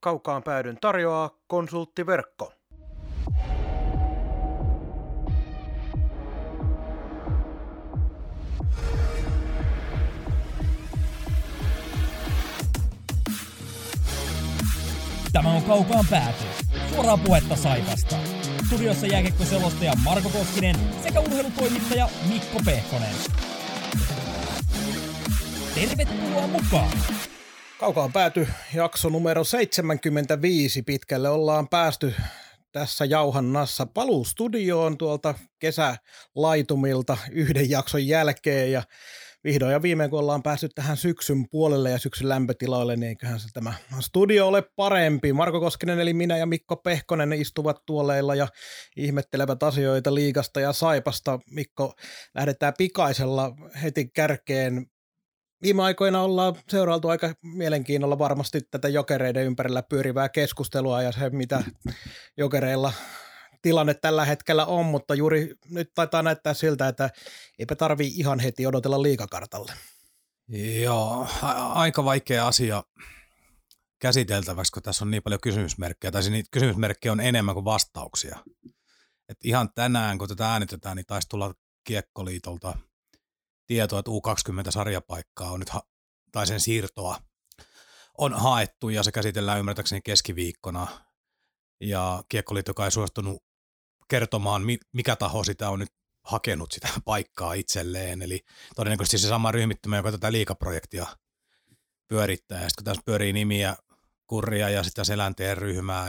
Kaukaan päädyn tarjoaa Konsulttiverkko. Tämä on Kaukaan pääty. Suoraa puhetta Saipasta. Studiossa jääkiekkoselostaja Marko Koskinen sekä urheilutoimittaja Mikko Pehkonen. Tervetuloa mukaan! Kaukaan pääty jakso numero 75. Pitkälle ollaan päästy tässä jauhannassa paluustudioon tuolta kesälaitumilta yhden jakson jälkeen ja vihdoin ja viimein kun ollaan päässyt tähän syksyn puolelle ja syksyn lämpötiloille, niin eiköhän se tämä studio ole parempi. Marko Koskinen eli minä ja Mikko Pehkonen istuvat tuoleilla ja ihmettelevät asioita liigasta ja Saipasta. Mikko, lähdetään pikaisella heti kärkeen. Viime aikoina ollaan seurailtu aika mielenkiinnolla varmasti tätä Jokereiden ympärillä pyörivää keskustelua ja se, mitä Jokereilla tilanne tällä hetkellä on, mutta juuri nyt taitaa näyttää siltä, että eipä tarvii ihan heti odotella liigakartalle. Joo, aika vaikea asia käsiteltäväksi, kun tässä on niin paljon kysymysmerkkejä, tai niitä kysymysmerkkejä on enemmän kuin vastauksia. Et ihan tänään, kun tätä äänitetään, niin taisi tulla Kiekkoliitolta tietoa, että U20-sarjapaikkaa on nyt, tai sen siirtoa on haettu, ja se käsitellään ymmärtääkseni keskiviikkona, ja Kiekkoliitto ei suostunut kertomaan, mikä taho sitä on nyt hakenut sitä paikkaa itselleen, eli todennäköisesti se sama ryhmittymä, joka tätä liigaprojektia pyörittää, ja sitten kun tässä pyörii nimiä, Kurria ja sitä Selänteen ryhmää,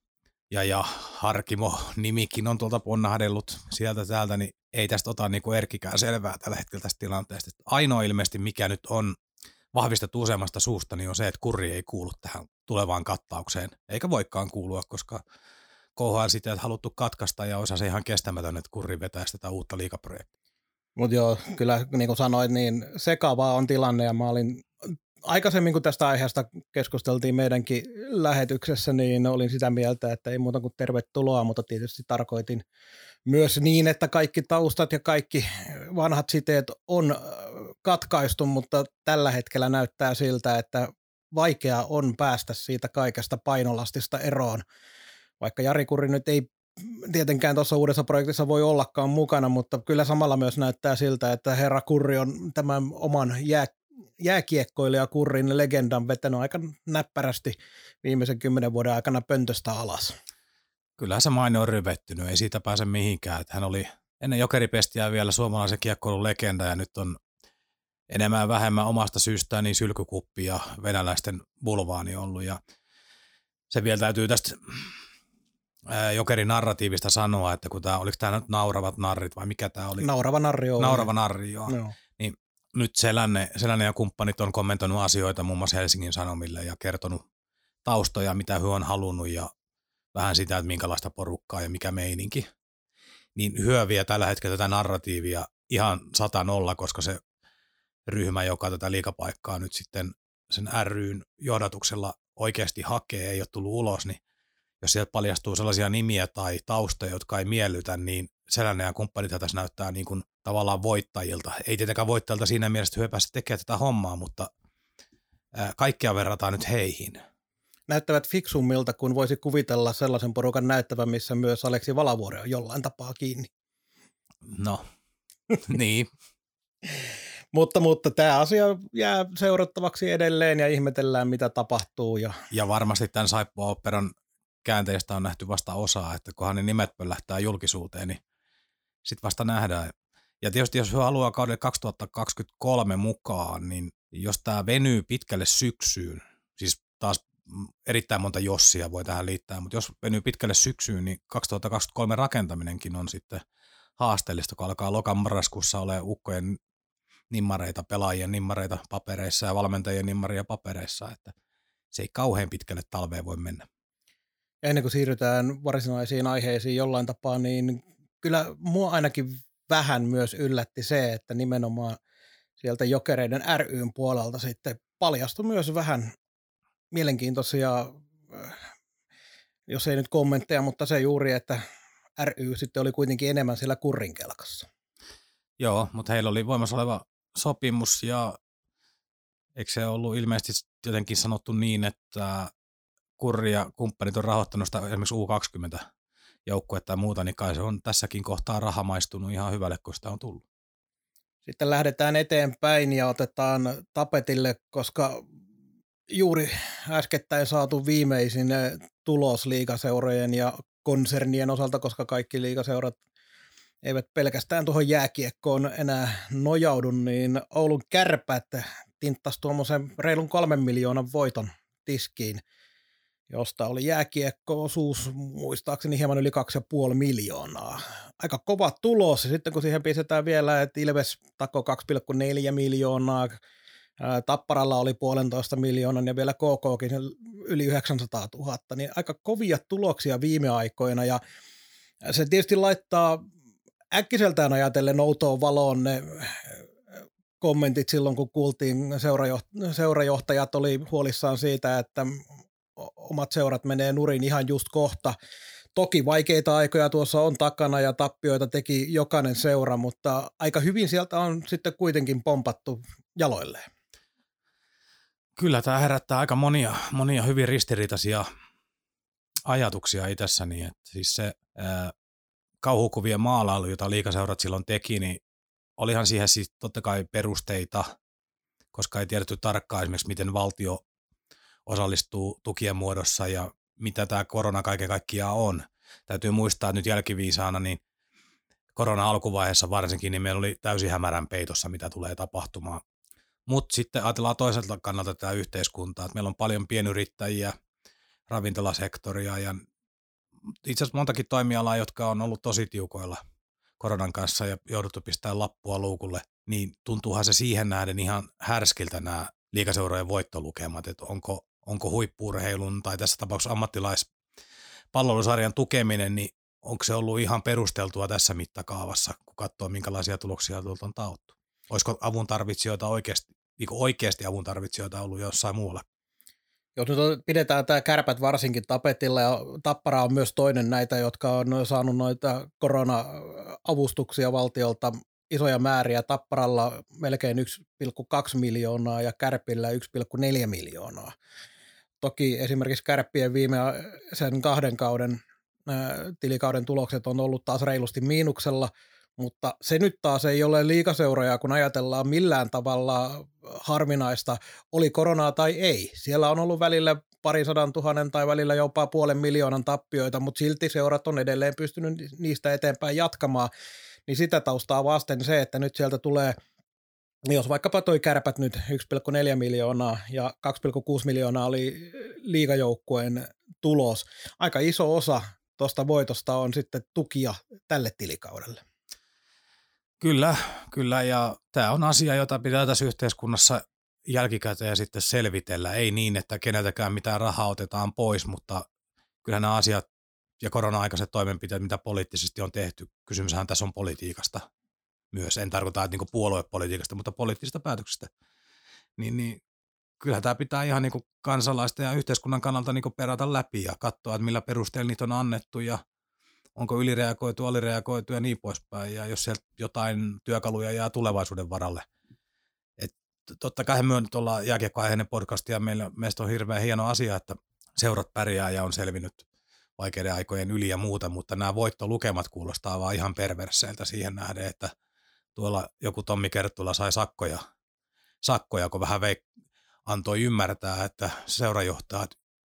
ja Harkimo-nimikin on tuolta ponnahdellut sieltä täältä, niin ei tästä ota niin kuin erkkikään selvää tällä hetkellä tästä tilanteesta. Ainoa ilmeisesti, mikä nyt on vahvistettu useammasta suusta, niin on se, että Kurri ei kuulu tähän tulevaan kattaukseen, eikä voikaan kuulua, koska KHL sitä haluttu katkaista ja olisi se ihan kestämätön, että Kurri vetäisi tätä uutta liigaprojektia. Mutta joo, kyllä niin kuin sanoit, niin sekavaa on tilanne ja mä olin aikaisemmin, kun tästä aiheesta keskusteltiin meidänkin lähetyksessä, niin olin sitä mieltä, että ei muuta kuin tervetuloa, mutta tietysti tarkoitin myös niin, että kaikki taustat ja kaikki vanhat siteet on katkaistu, mutta tällä hetkellä näyttää siltä, että vaikea on päästä siitä kaikesta painolastista eroon. Vaikka Jari Kurri nyt ei tietenkään tuossa uudessa projektissa voi ollakaan mukana, mutta kyllä samalla myös näyttää siltä, että herra Kurri on tämän oman jääkiekkoilija Kurrin legendan vetänyt aika näppärästi viimeisen 10 vuoden aikana pöntöstä alas. Kyllä se maine on ryvettynyt, ei siitä pääse mihinkään. Että hän oli ennen Jokeripestiä vielä suomalaisen kiekkoilun legenda ja nyt on enemmän ja vähemmän omasta syystään niin sylkykuppi ja venäläisten bulvaani ollut. Ja se vielä täytyy tästä Jokerin narratiivista sanoa, että kun oliko tämä nyt Nauravat narrit vai mikä tämä oli? Naurava narri, joo. Naurava narri, joo. Niin nyt Selänne ja kumppanit on kommentoinut asioita muun muassa Helsingin Sanomille ja kertonut taustoja, mitä he on halunnut ja vähän sitä, että minkälaista porukkaa ja mikä meininki. Niin hyö vie tällä hetkellä tätä narratiivia ihan 100-0, koska se ryhmä, joka tätä liigapaikkaa nyt sitten sen ry:n johdatuksella oikeasti hakee, ei ole tullut ulos, niin jos sieltä paljastuu sellaisia nimiä tai taustoja, jotka ei miellytä, niin Selänne ja kumppanit tässä näyttää niin kuin tavallaan voittajilta. Ei tietenkään voittajilta siinä mielessä, että he pääsevät tekemään tätä hommaa, mutta kaikkia verrataan nyt heihin. Näyttävät fiksummilta, kun voisi kuvitella sellaisen porukan näyttävän, missä myös Aleksi Valavuori on jollain tapaa kiinni. No, niin. Mutta tämä asia jää seurattavaksi edelleen ja ihmetellään, mitä tapahtuu. Ja varmasti tämän Saippua-operan käänteistä on nähty vasta osaa, että kunhan ne nimet pöllähtää julkisuuteen, niin sitten vasta nähdään. Ja tietysti jos he haluaa kaudelle 2023 mukaan, niin jos tämä venyy pitkälle syksyyn, siis taas erittäin monta jossia voi tähän liittää, mutta jos venyy pitkälle syksyyn, niin 2023 rakentaminenkin on sitten haasteellista, kun alkaa loka-marraskuussa olemaan ukkojen nimmareita, pelaajien nimmareita papereissa ja valmentajien nimmaria papereissa, että se ei kauhean pitkälle talveen voi mennä. Ennen kuin siirrytään varsinaisiin aiheisiin jollain tapaa, niin kyllä mua ainakin vähän myös yllätti se, että nimenomaan sieltä Jokereiden ry:n puolelta sitten paljastui myös vähän mielenkiintoisia, jos ei nyt kommentteja, mutta se juuri, että ry sitten oli kuitenkin enemmän siellä Kurrin kelkassa. Joo, mutta heillä oli voimassa oleva sopimus ja eikö se ollut ilmeisesti jotenkin sanottu niin, että Kurri ja kumppanit on rahoittanut sitä esimerkiksi U20-joukkuetta ja muuta, niin kai se on tässäkin kohtaa raha maistunut ihan hyvälle, kun sitä on tullut. Sitten lähdetään eteenpäin ja otetaan tapetille, koska juuri äskettäin saatu viimeisin tulos liigaseurojen ja konsernien osalta, koska kaikki liigaseurat eivät pelkästään tuohon jääkiekkoon enää nojaudu, niin Oulun Kärpät tinttasi tuommoisen reilun 3 miljoonan voiton tiskiin, josta oli jääkiekko-osuus muistaakseni hieman yli 2,5 miljoonaa. Aika kova tulos, ja sitten kun siihen pistetään vielä, että Ilves takoi 2,4 miljoonaa, Tapparalla oli 1,5 miljoonan ja vielä KKkin yli 900 000, niin aika kovia tuloksia viime aikoina, ja se tietysti laittaa äkkiseltään ajatellen outoon valoon ne kommentit silloin, kun kuultiin seurajohtajat oli huolissaan siitä, että omat seurat menee nurin ihan just kohta. Toki vaikeita aikoja tuossa on takana ja tappioita teki jokainen seura, mutta aika hyvin sieltä on sitten kuitenkin pompattu jaloilleen. Kyllä tämä herättää aika monia hyvin ristiriitaisia ajatuksia itsessäni. Että siis se kauhukuvien maalailu, jota liigaseurat silloin teki, niin olihan siihen siis totta kai perusteita, koska ei tiedetty tarkkaan esimerkiksi, miten valtio osallistuu tukien muodossa ja mitä tämä korona kaiken kaikkiaan on. Täytyy muistaa, että nyt jälkiviisaana, niin korona alkuvaiheessa varsinkin, niin meillä oli täysin hämärän peitossa, mitä tulee tapahtumaan. Mutta sitten ajatellaan toiselta kannalta tätä yhteiskuntaa, että meillä on paljon pienyrittäjiä, ravintolasektoria ja itse asiassa montakin toimialaa, jotka on ollut tosi tiukoilla koronan kanssa ja jouduttu pistämään lappua luukulle, niin tuntuuhan se siihen nähden ihan härskiltä nämä liigaseurojen voittolukemat, että onko huippu-urheilun tai tässä tapauksessa ammattilaispalloilusarjan tukeminen, niin onko se ollut ihan perusteltua tässä mittakaavassa, kun katsoo minkälaisia tuloksia tuolta on taottu? Olisiko avuntarvitsijoita oikeasti avuntarvitsijoita ollut jossain muualla? Jos nyt pidetään tämä Kärpät varsinkin tapetilla ja Tappara on myös toinen näitä, jotka on saanut noita korona-avustuksia valtiolta isoja määriä. Tapparalla melkein 1,2 miljoonaa ja Kärpillä 1,4 miljoonaa. Toki esimerkiksi Kärppien viimeisen 2 tilikauden tulokset on ollut taas reilusti miinuksella, mutta se nyt taas ei ole liigaseuroja, kun ajatellaan millään tavalla harvinaista, oli koronaa tai ei. Siellä on ollut välillä 200 000 tai välillä jopa 500,000 tappioita, mutta silti seurat on edelleen pystynyt niistä eteenpäin jatkamaan. Niin sitä taustaa vasten se, että nyt sieltä tulee, jos vaikkapa toi Kärpät nyt 1,4 miljoonaa ja 2,6 miljoonaa oli liigajoukkueen tulos. Aika iso osa tuosta voitosta on sitten tukia tälle tilikaudelle. Kyllä, ja tämä on asia, jota pitää tässä yhteiskunnassa jälkikäteen sitten selvitellä. Ei niin, että keneltäkään mitään rahaa otetaan pois, mutta kyllähän nämä asiat ja korona-aikaiset toimenpiteet, mitä poliittisesti on tehty, kysymyshän tässä on politiikasta myös. En tarkoita, että niinku puoluepolitiikasta, mutta poliittisista päätöksistä. Niin kyllähän tämä pitää ihan niinku kansalaisten ja yhteiskunnan kannalta niinku perata läpi ja katsoa, että millä perusteella niitä on annettu ja onko ylireagoitu, alireagoitu ja niin poispäin, ja jos sieltä jotain työkaluja jää tulevaisuuden varalle. Et totta kai me nyt ollaan jääkiekkoaiheinen podcast, ja meistä on hirveän hieno asia, että seurat pärjää ja on selvinnyt vaikeiden aikojen yli ja muuta, mutta nämä voittolukemat kuulostaa vaan ihan perverseiltä siihen nähden, että tuolla joku Tommi Kerttula sai sakkoja kun vähän antoi ymmärtää, että seurajohtajat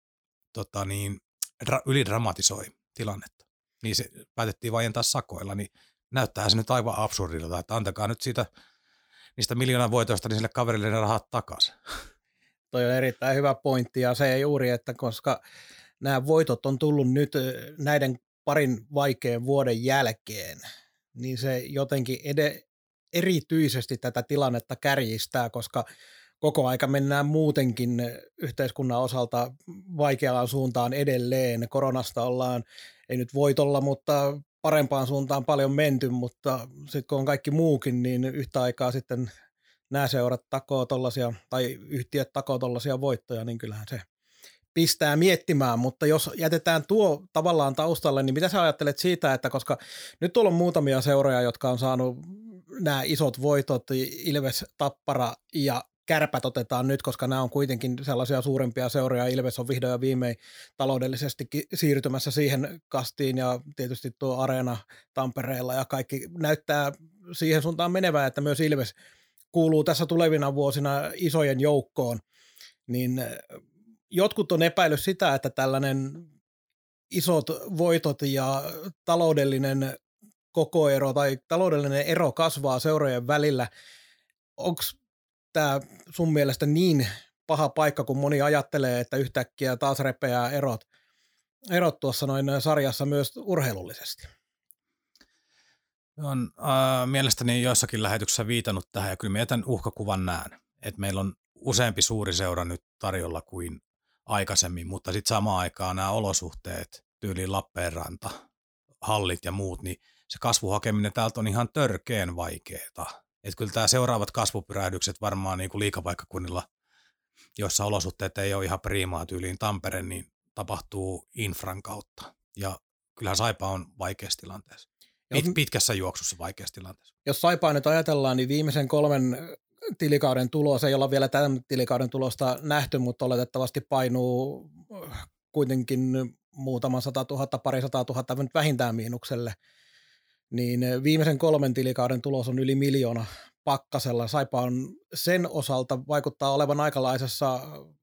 ylidramatisoi tilannetta. Niin se päätettiin vaientaa sakoilla, niin näyttää se nyt aivan absurdilta, että antakaa nyt niistä miljoonan voitoista niin sille kaverille ne rahat takaisin. Toi on erittäin hyvä pointti ja se juuri, että koska nämä voitot on tullut nyt näiden parin vaikean vuoden jälkeen, niin se jotenkin erityisesti tätä tilannetta kärjistää, koska koko aika mennään muutenkin yhteiskunnan osalta vaikeaan suuntaan edelleen. Koronasta ollaan, ei nyt voitolla, mutta parempaan suuntaan paljon menty, mutta sitten kun on kaikki muukin, niin yhtä aikaa sitten nämä seurat takoo tollaisia, tai yhtiöt takoo tollaisia voittoja, niin kyllähän se pistää miettimään, mutta jos jätetään tuo tavallaan taustalle, niin mitä sä ajattelet siitä, että koska nyt tuolla on muutamia seuroja, jotka on saanut nämä isot voitot, Ilves, Tappara ja Kärpät otetaan nyt, koska nämä on kuitenkin sellaisia suurempia seuroja. Ilves on vihdoin ja viimein taloudellisestikin siirtymässä siihen kastiin ja tietysti tuo Areena Tampereella ja kaikki näyttää siihen suuntaan menevää, että myös Ilves kuuluu tässä tulevina vuosina isojen joukkoon. Niin jotkut on epäillyt sitä, että tällainen isot voitot ja taloudellinen kokoero tai taloudellinen ero kasvaa seurojen välillä. Onko tämä sun mielestä niin paha paikka, kun moni ajattelee, että yhtäkkiä taas repeää erot tuossa noin sarjassa myös urheilullisesti? Olen mielestäni joissakin lähetyksissä viitannut tähän ja kyllä minä tämän uhkakuvan näen, että meillä on useampi suuri seura nyt tarjolla kuin aikaisemmin, mutta sitten samaan aikaan nämä olosuhteet, tyyliin Lappeenranta, hallit ja muut, niin se kasvuhakeminen täältä on ihan törkeän vaikeaa. Että kyllä tämä seuraavat kasvupyrähdykset varmaan niin kuin liigapaikkakunnilla, joissa olosuhteet ei ole ihan priimaa tyyliin Tampere, niin tapahtuu infran kautta. Ja kyllähän Saipa on vaikeassa tilanteessa. Pitkässä juoksussa vaikeassa tilanteessa. Jos Saipaa nyt ajatellaan, niin viimeisen 3 tilikauden tulos, ei olla vielä tämän tilikauden tulosta nähty, mutta oletettavasti painuu kuitenkin muutama 100 000, pari 100 000 nyt vähintään miinukselle, niin viimeisen 3 tilikauden tulos on yli 1 miljoona pakkasella. Saipa on sen osalta vaikuttaa olevan aikalaisessa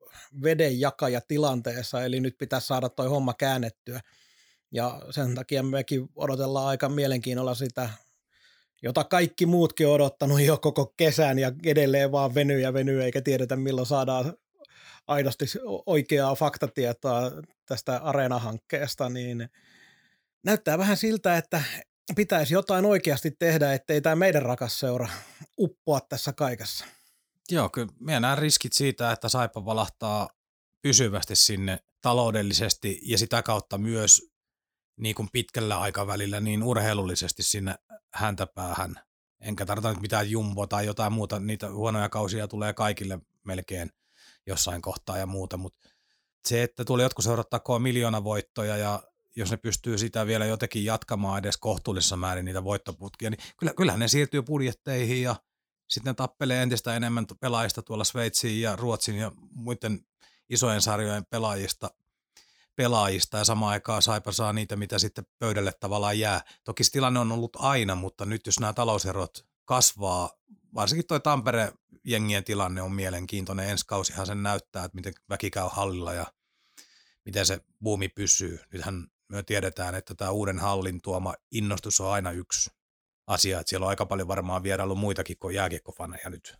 vedenjakajatilanteessa, eli nyt pitäisi saada toi homma käännettyä. Ja sen takia mekin odotellaan aika mielenkiinnolla sitä, jota kaikki muutkin on odottanut jo koko kesän ja edelleen vaan venyy, eikä tiedetä milloin saadaan aidosti oikeaa faktatietoa tästä Areena-hankkeesta, niin näyttää vähän siltä, että pitäisi jotain oikeasti tehdä, ettei tämä meidän rakas seura uppoa tässä kaikessa. Joo, kyllä minä näen riskit siitä, että Saipa valahtaa pysyvästi sinne taloudellisesti ja sitä kautta myös niin kuin pitkällä aikavälillä niin urheilullisesti sinne häntäpäähän. Enkä tarkoita nyt mitään jumboa tai jotain muuta, niitä huonoja kausia tulee kaikille melkein jossain kohtaa ja muuta, mutta se, että tuli jotkut seurat takoa 1 miljoona voittoja ja jos ne pystyy sitä vielä jotenkin jatkamaan edes kohtuullisessa määrin niitä voittoputkia, niin kyllähän ne siirtyy budjetteihin ja sitten ne tappelee entistä enemmän pelaajista tuolla Sveitsiin ja Ruotsin ja muiden isojen sarjojen pelaajista ja samaan aikaan Saipa saa niitä, mitä sitten pöydälle tavallaan jää. Toki se tilanne on ollut aina, mutta nyt jos nämä talouserot kasvaa, varsinkin tuo Tampere-jengien tilanne on mielenkiintoinen. Ensi kausihan sen näyttää, että miten väki käy hallilla ja miten se buumi pysyy. Nythän me tiedetään, että tämä uuden hallin tuoma innostus on aina yksi asia, että siellä on aika paljon varmaan vierailu muitakin kuin jääkiekkofaneja nyt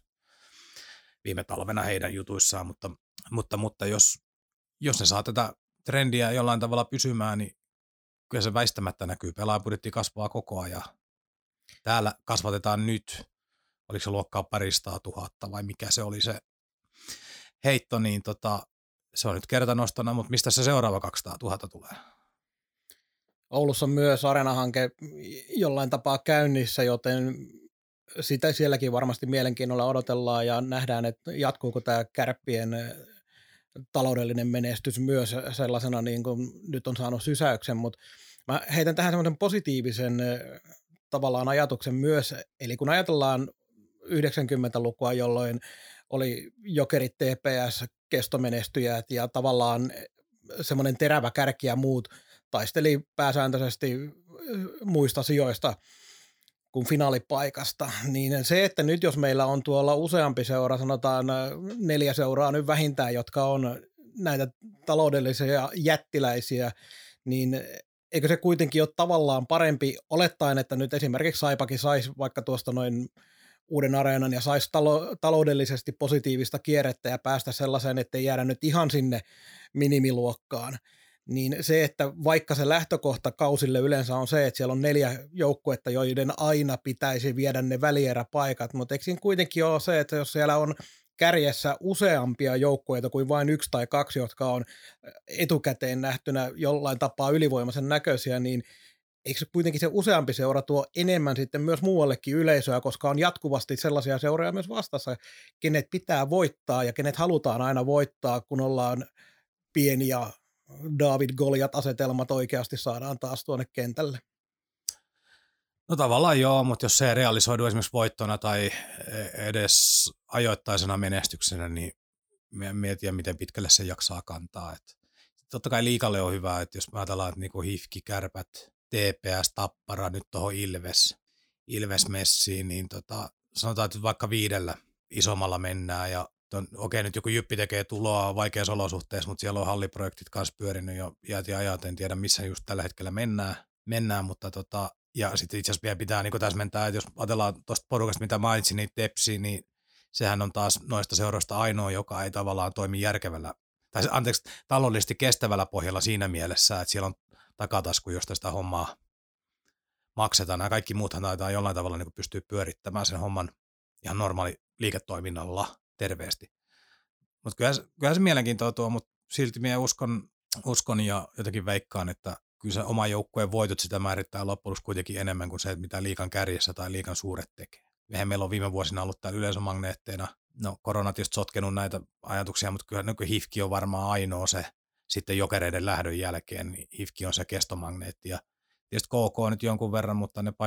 viime talvena heidän jutuissaan, mutta jos ne saa tätä trendiä jollain tavalla pysymään, niin kyllä se väistämättä näkyy. Pelaajabudjetti kasvaa koko ajan. Täällä kasvatetaan nyt, oliko se luokkaa 200 000 vai mikä se oli se heitto, niin se on nyt kertanostona, mutta mistä se seuraava 200 000 tulee? Oulussa on myös Areena-hanke jollain tapaa käynnissä, joten sitä sielläkin varmasti mielenkiinnolla odotellaan ja nähdään, että jatkuuko tämä Kärppien taloudellinen menestys myös sellaisena, niin kuin nyt on saanut sysäyksen, mutta mä heitän tähän semmoisen positiivisen tavallaan ajatuksen myös, eli kun ajatellaan 90-lukua, jolloin oli Jokerit, TPS, kestomenestyjät ja tavallaan semmoinen terävä kärki ja muut taisteli pääsääntöisesti muista sijoista kuin finaalipaikasta, niin se, että nyt jos meillä on tuolla useampi seura, sanotaan 4 seuraa nyt vähintään, jotka on näitä taloudellisia jättiläisiä, niin eikö se kuitenkin ole tavallaan parempi olettaen, että nyt esimerkiksi Saipakin saisi vaikka tuosta noin uuden areenan ja saisi taloudellisesti positiivista kierrettä ja päästä sellaiseen, ettei jäädä nyt ihan sinne minimiluokkaan. Niin se, että vaikka se lähtökohta kausille yleensä on se, että siellä on 4 joukkuetta, joiden aina pitäisi viedä ne välieräpaikat, mutta eikö siinä kuitenkin ole se, että jos siellä on kärjessä useampia joukkueita kuin vain 1 tai 2, jotka on etukäteen nähtynä jollain tapaa ylivoimaisen näköisiä, niin eikö se kuitenkin se useampi seura tuo enemmän sitten myös muuallekin yleisöä, koska on jatkuvasti sellaisia seuroja myös vastassa, kenet pitää voittaa ja kenet halutaan aina voittaa, kun ollaan pieni ja David Goliat-asetelmat oikeasti saadaan taas tuonne kentälle. No tavallaan joo, mutta jos se ei realisoidu esimerkiksi voittona tai edes ajoittaisena menestyksenä, niin mietin, miten pitkälle se jaksaa kantaa. Totta kai liikalle on hyvä, että jos mä ajatellaan, että niinku HIFK, Kärpät, TPS, Tappara, nyt tuohon Ilves messiin, niin sanotaan, että vaikka 5 isommalla mennään ja okei, nyt joku Jyppi tekee tuloa vaikeassa olosuhteessa, mutta siellä on halliprojektit kanssa pyörinyt jo iät ja ajat, en tiedä missä just tällä hetkellä mennään mutta ja sitten itse asiassa vielä pitää niin täsmentää, että jos ajatellaan tuosta porukasta, mitä mainitsin, niin Tepsi, niin sehän on taas noista seuroista ainoa, joka ei tavallaan toimi järkevällä, tai anteeksi, taloudellisesti kestävällä pohjalla siinä mielessä, että siellä on takatasku, josta sitä hommaa maksetaan. Nämä kaikki muuthan taitaa jollain tavalla niin pystyy pyörittämään sen homman ihan normaali liiketoiminnalla terveesti. Mutta kyllähän se mielenkiintoa tuo, mutta silti minä uskon ja jotenkin veikkaan, että kyllä se oma joukkueen voitot sitä määrittää loppujen kuitenkin enemmän kuin se, että mitä liigan kärjessä tai liigan suuret tekee. Meillä on viime vuosina ollut täällä yleisömagneetteina. No korona tietysti sotkenut näitä ajatuksia, mutta kyllä HIFK on varmaan ainoa se sitten Jokereiden lähdön jälkeen, niin HIFK on se kestomagneetti. Ja tietysti KK nyt jonkun verran, mutta ne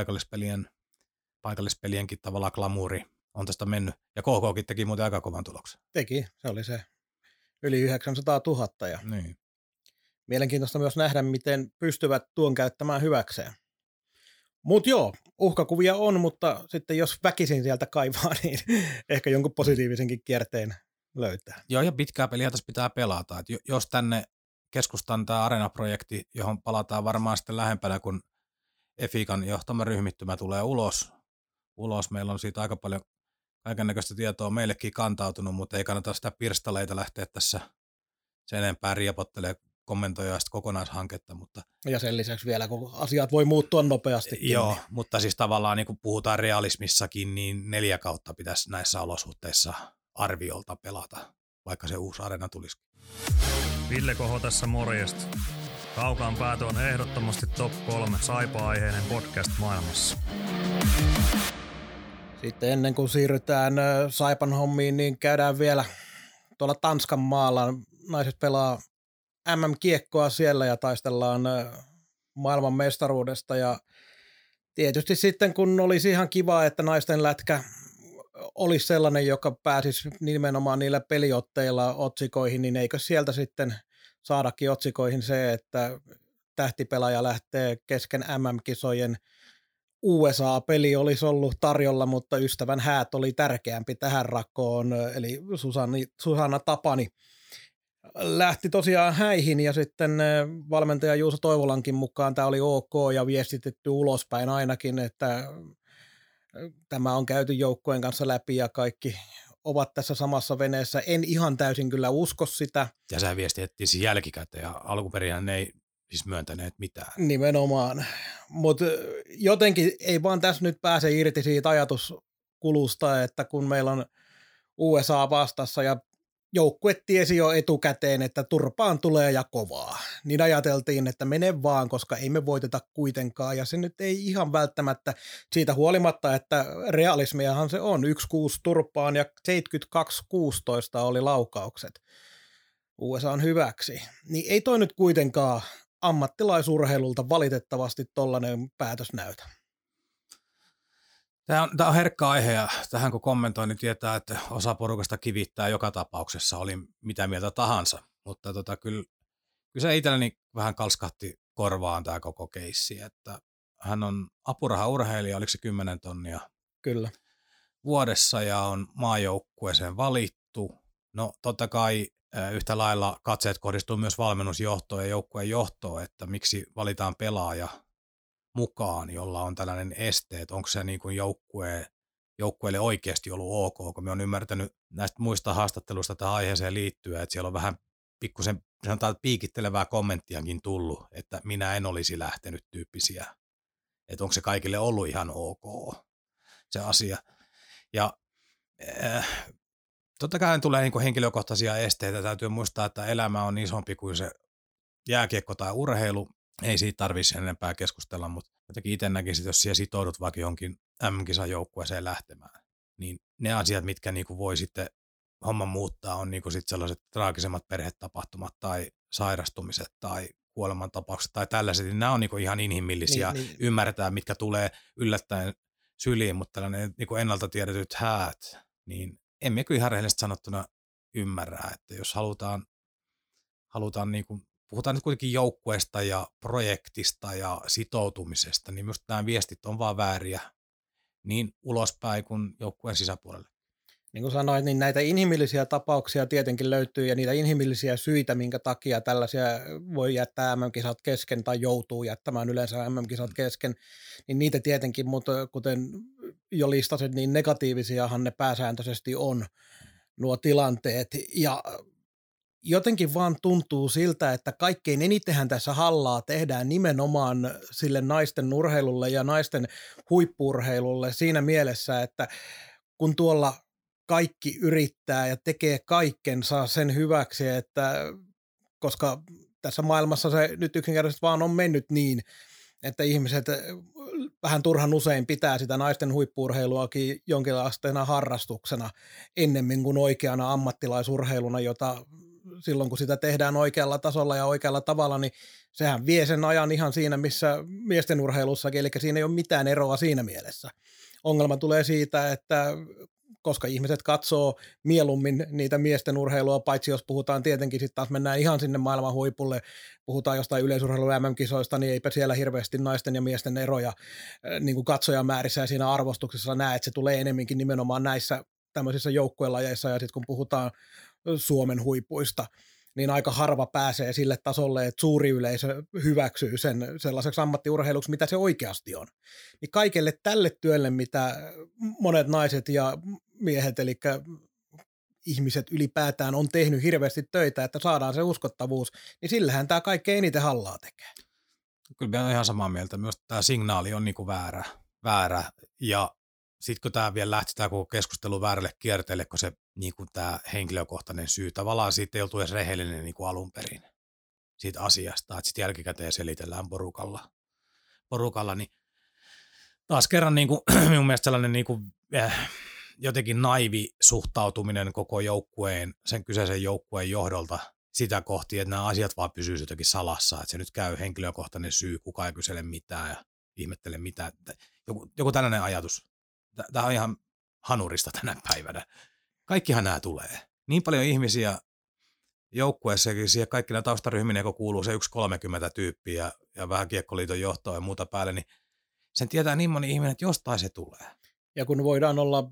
paikallispelienkin tavallaan glamuuri on tästä mennyt. Ja KKkin teki muuten aika kovan tuloksen. Teki, se oli se yli 900 000 ja niin. Mielenkiintoista myös nähdä, miten pystyvät tuon käyttämään hyväkseen. Mutta joo, uhkakuvia on, mutta sitten jos väkisin sieltä kaivaa, niin ehkä jonkun positiivisenkin kierteen löytää. Joo, ja pitkää peliä tässä pitää pelata. Et jos tänne keskustan tämä Arena-projekti, johon palataan varmaan sitten lähempänä, kun EFICan johtama ryhmittymä tulee ulos. Meillä on siitä aika paljon kaikennäköistä tietoa meillekin kantautunut, mutta ei kannata sitä pirstaleita lähteä tässä sen enempää riepottelemaan kommentoida sitä kokonaishanketta. Mutta ja sen lisäksi vielä, kun asiat voi muuttua nopeasti. Joo, niin. Mutta siis tavallaan niin kun puhutaan realismissakin, niin 4 kautta pitäisi näissä olosuhteissa arviolta pelata, vaikka se uusi Areena tulisi. Ville Koho tässä morjesta. Kaukaan päätö on ehdottomasti top 3 Saipa-aiheinen podcast maailmassa. Sitten ennen kuin siirrytään Saipan hommiin, niin käydään vielä tuolla Tanskan maalla. Naiset pelaa MM-kiekkoa siellä ja taistellaan maailman mestaruudesta. Ja tietysti sitten, kun olisi ihan kiva, että naisten lätkä olisi sellainen, joka pääsisi nimenomaan niillä peliotteilla otsikoihin, niin eikö sieltä sitten saadakin otsikoihin se, että tähtipelaaja lähtee kesken MM-kisojen. USA-peli olisi ollut tarjolla, mutta ystävän häät oli tärkeämpi tähän rakoon, eli Susanna Tapani lähti tosiaan häihin ja sitten valmentaja Juuso Toivolankin mukaan tämä oli ok ja viestitetty ulospäin ainakin, että tämä on käyty joukkueen kanssa läpi ja kaikki ovat tässä samassa veneessä. En ihan täysin kyllä usko sitä. Ja sä viestitettiin siis jälkikäteen ja alkuperin ei siis myöntäneet mitään. Nimenomaan, mutta jotenkin ei vaan tässä nyt pääse irti siitä ajatuskulusta, että kun meillä on USA vastassa ja joukkue tiesi jo etukäteen, että turpaan tulee ja kovaa, niin ajateltiin, että mene vaan, koska ei me voiteta kuitenkaan, ja se nyt ei ihan välttämättä siitä huolimatta, että realismiahan se on, 1-6 turpaan ja 72-16 oli laukaukset USA on hyväksi, niin ei toi nyt kuitenkaan ammattilaisurheilulta valitettavasti tollainen päätös näytä. Tämä on herkkä aihe ja tähän kun kommentoin, niin tietää, että osa porukasta kivittää joka tapauksessa, oli mitä mieltä tahansa. Mutta kyllä se itselleni vähän kalskahti korvaan tämä koko keissi, että hän on apurahaurheilija, oliko se 10 tonnia Kyllä. vuodessa ja on maajoukkueeseen valittu. No totta kai yhtä lailla katseet kohdistuu myös valmennusjohtoon ja joukkueen johtoon, että miksi valitaan pelaaja mukaan, jolla on tällainen este, että onko se niin kuin joukkueelle oikeasti ollut ok, kun me on ymmärtänyt näistä muista haastatteluista tähän aiheeseen liittyen, että siellä on vähän pikkusen sanotaan piikittelevää kommenttiakin tullut, että minä en olisi lähtenyt tyyppisiä, että onko se kaikille ollut ihan ok se asia. Ja totta kai tulee niin kuin henkilökohtaisia esteitä, täytyy muistaa, että elämä on isompi kuin se jääkiekko tai urheilu, ei siitä tarvitse enempää keskustella, mutta jotenkin itse näkisin, että jos siellä sitoudut vaikka jonkin M-kisan joukkueeseen lähtemään, niin ne asiat, mitkä niinku voi sitten homman muuttaa, on niinku sit sellaiset traagisemmat perhetapahtumat tai sairastumiset tai kuolemantapaukset tai tällaiset, niin nämä on niin ihan inhimillisiä, niin. Ymmärretään, mitkä tulee yllättäen syliin, mutta tällainen niin ennalta tiedetyt häät, niin emme kyllä ihan rehellisesti sanottuna ymmärrä, että jos halutaan niin kuin, puhutaan nyt kuitenkin joukkueesta ja projektista ja sitoutumisesta, niin myös nämä viestit on vaan vääriä niin ulospäin kuin joukkueen sisäpuolelle. Niin kuin sanoit, niin näitä inhimillisiä tapauksia tietenkin löytyy ja niitä inhimillisiä syitä, minkä takia tällaisia voi jättää MM-kisat kesken tai joutuu jättämään yleensä MM-kisat kesken, niin niitä tietenkin, mutta kuten jo listasit, niin negatiivisiahan ne pääsääntöisesti on nuo tilanteet ja jotenkin vaan tuntuu siltä, että kaikkein enitenhän tässä hallaa tehdään nimenomaan sille naisten urheilulle ja naisten huippu-urheilulle siinä mielessä, että kun tuolla kaikki yrittää ja tekee kaikkensa sen hyväksi, että koska tässä maailmassa se nyt yksinkertaisesti vaan on mennyt niin, että ihmiset vähän turhan usein pitää sitä naisten huippu-urheiluakin jonkinlaisena harrastuksena ennemmin kuin oikeana ammattilaisurheiluna, jota silloin kun sitä tehdään oikealla tasolla ja oikealla tavalla, niin sehän vie sen ajan ihan siinä, missä miesten urheilussakin, eli siinä ei ole mitään eroa siinä mielessä. Ongelma tulee siitä, että koska ihmiset katsoo mieluummin niitä miesten urheilua, paitsi jos puhutaan tietenkin, sitten taas mennään ihan sinne maailman huipulle, puhutaan jostain yleisurheilun MM-kisoista, niin eipä siellä hirveästi naisten ja miesten eroja niin kuin katsojamäärissä ja siinä arvostuksessa näe, että se tulee enemminkin nimenomaan näissä tämmöisissä joukkuelajeissa, ja sitten kun puhutaan Suomen huipuista, niin aika harva pääsee sille tasolle, että suuri yleisö hyväksyy sen sellaiseksi ammattiurheiluksi, mitä se oikeasti on. Niin kaikelle tälle työlle, mitä monet naiset ja miehet, eli ihmiset ylipäätään on tehnyt hirveästi töitä, että saadaan se uskottavuus, niin sillähän tämä kaikkein eniten hallaa tekee. Kyllä mä olen ihan samaa mieltä. Myös tämä signaali on niin kuin väärä. Ja sitten kun tämä vielä lähti tämä koko keskustelu väärälle kierteelle, kun se niin kuin tämä henkilökohtainen syy, tavallaan siitä ei oltu edes rehellinen niin kuin alun perin siitä asiasta, että sitten jälkikäteen selitellään porukalla, niin taas kerran niin kuin, minun mielestä sellainen niin kuin, jotenkin naivi suhtautuminen koko joukkueen, sen kyseisen joukkueen johdolta sitä kohti, että nämä asiat vaan pysyisivät jotenkin salassa, että se nyt käy henkilökohtainen syy, kukaan ei kysele mitään ja ihmettele mitään. Joku tällainen ajatus. Tämä on ihan hanurista tänä päivänä. Kaikkihan nämä tulee. Niin paljon ihmisiä joukkueessakin, siihen kaikki nämä taustaryhmineen, kun kuuluu se 1-30 tyyppiä ja vähän Kiekkoliiton johtoa ja muuta päälle, niin sen tietää niin moni ihminen, että jostain se tulee. Ja kun voidaan olla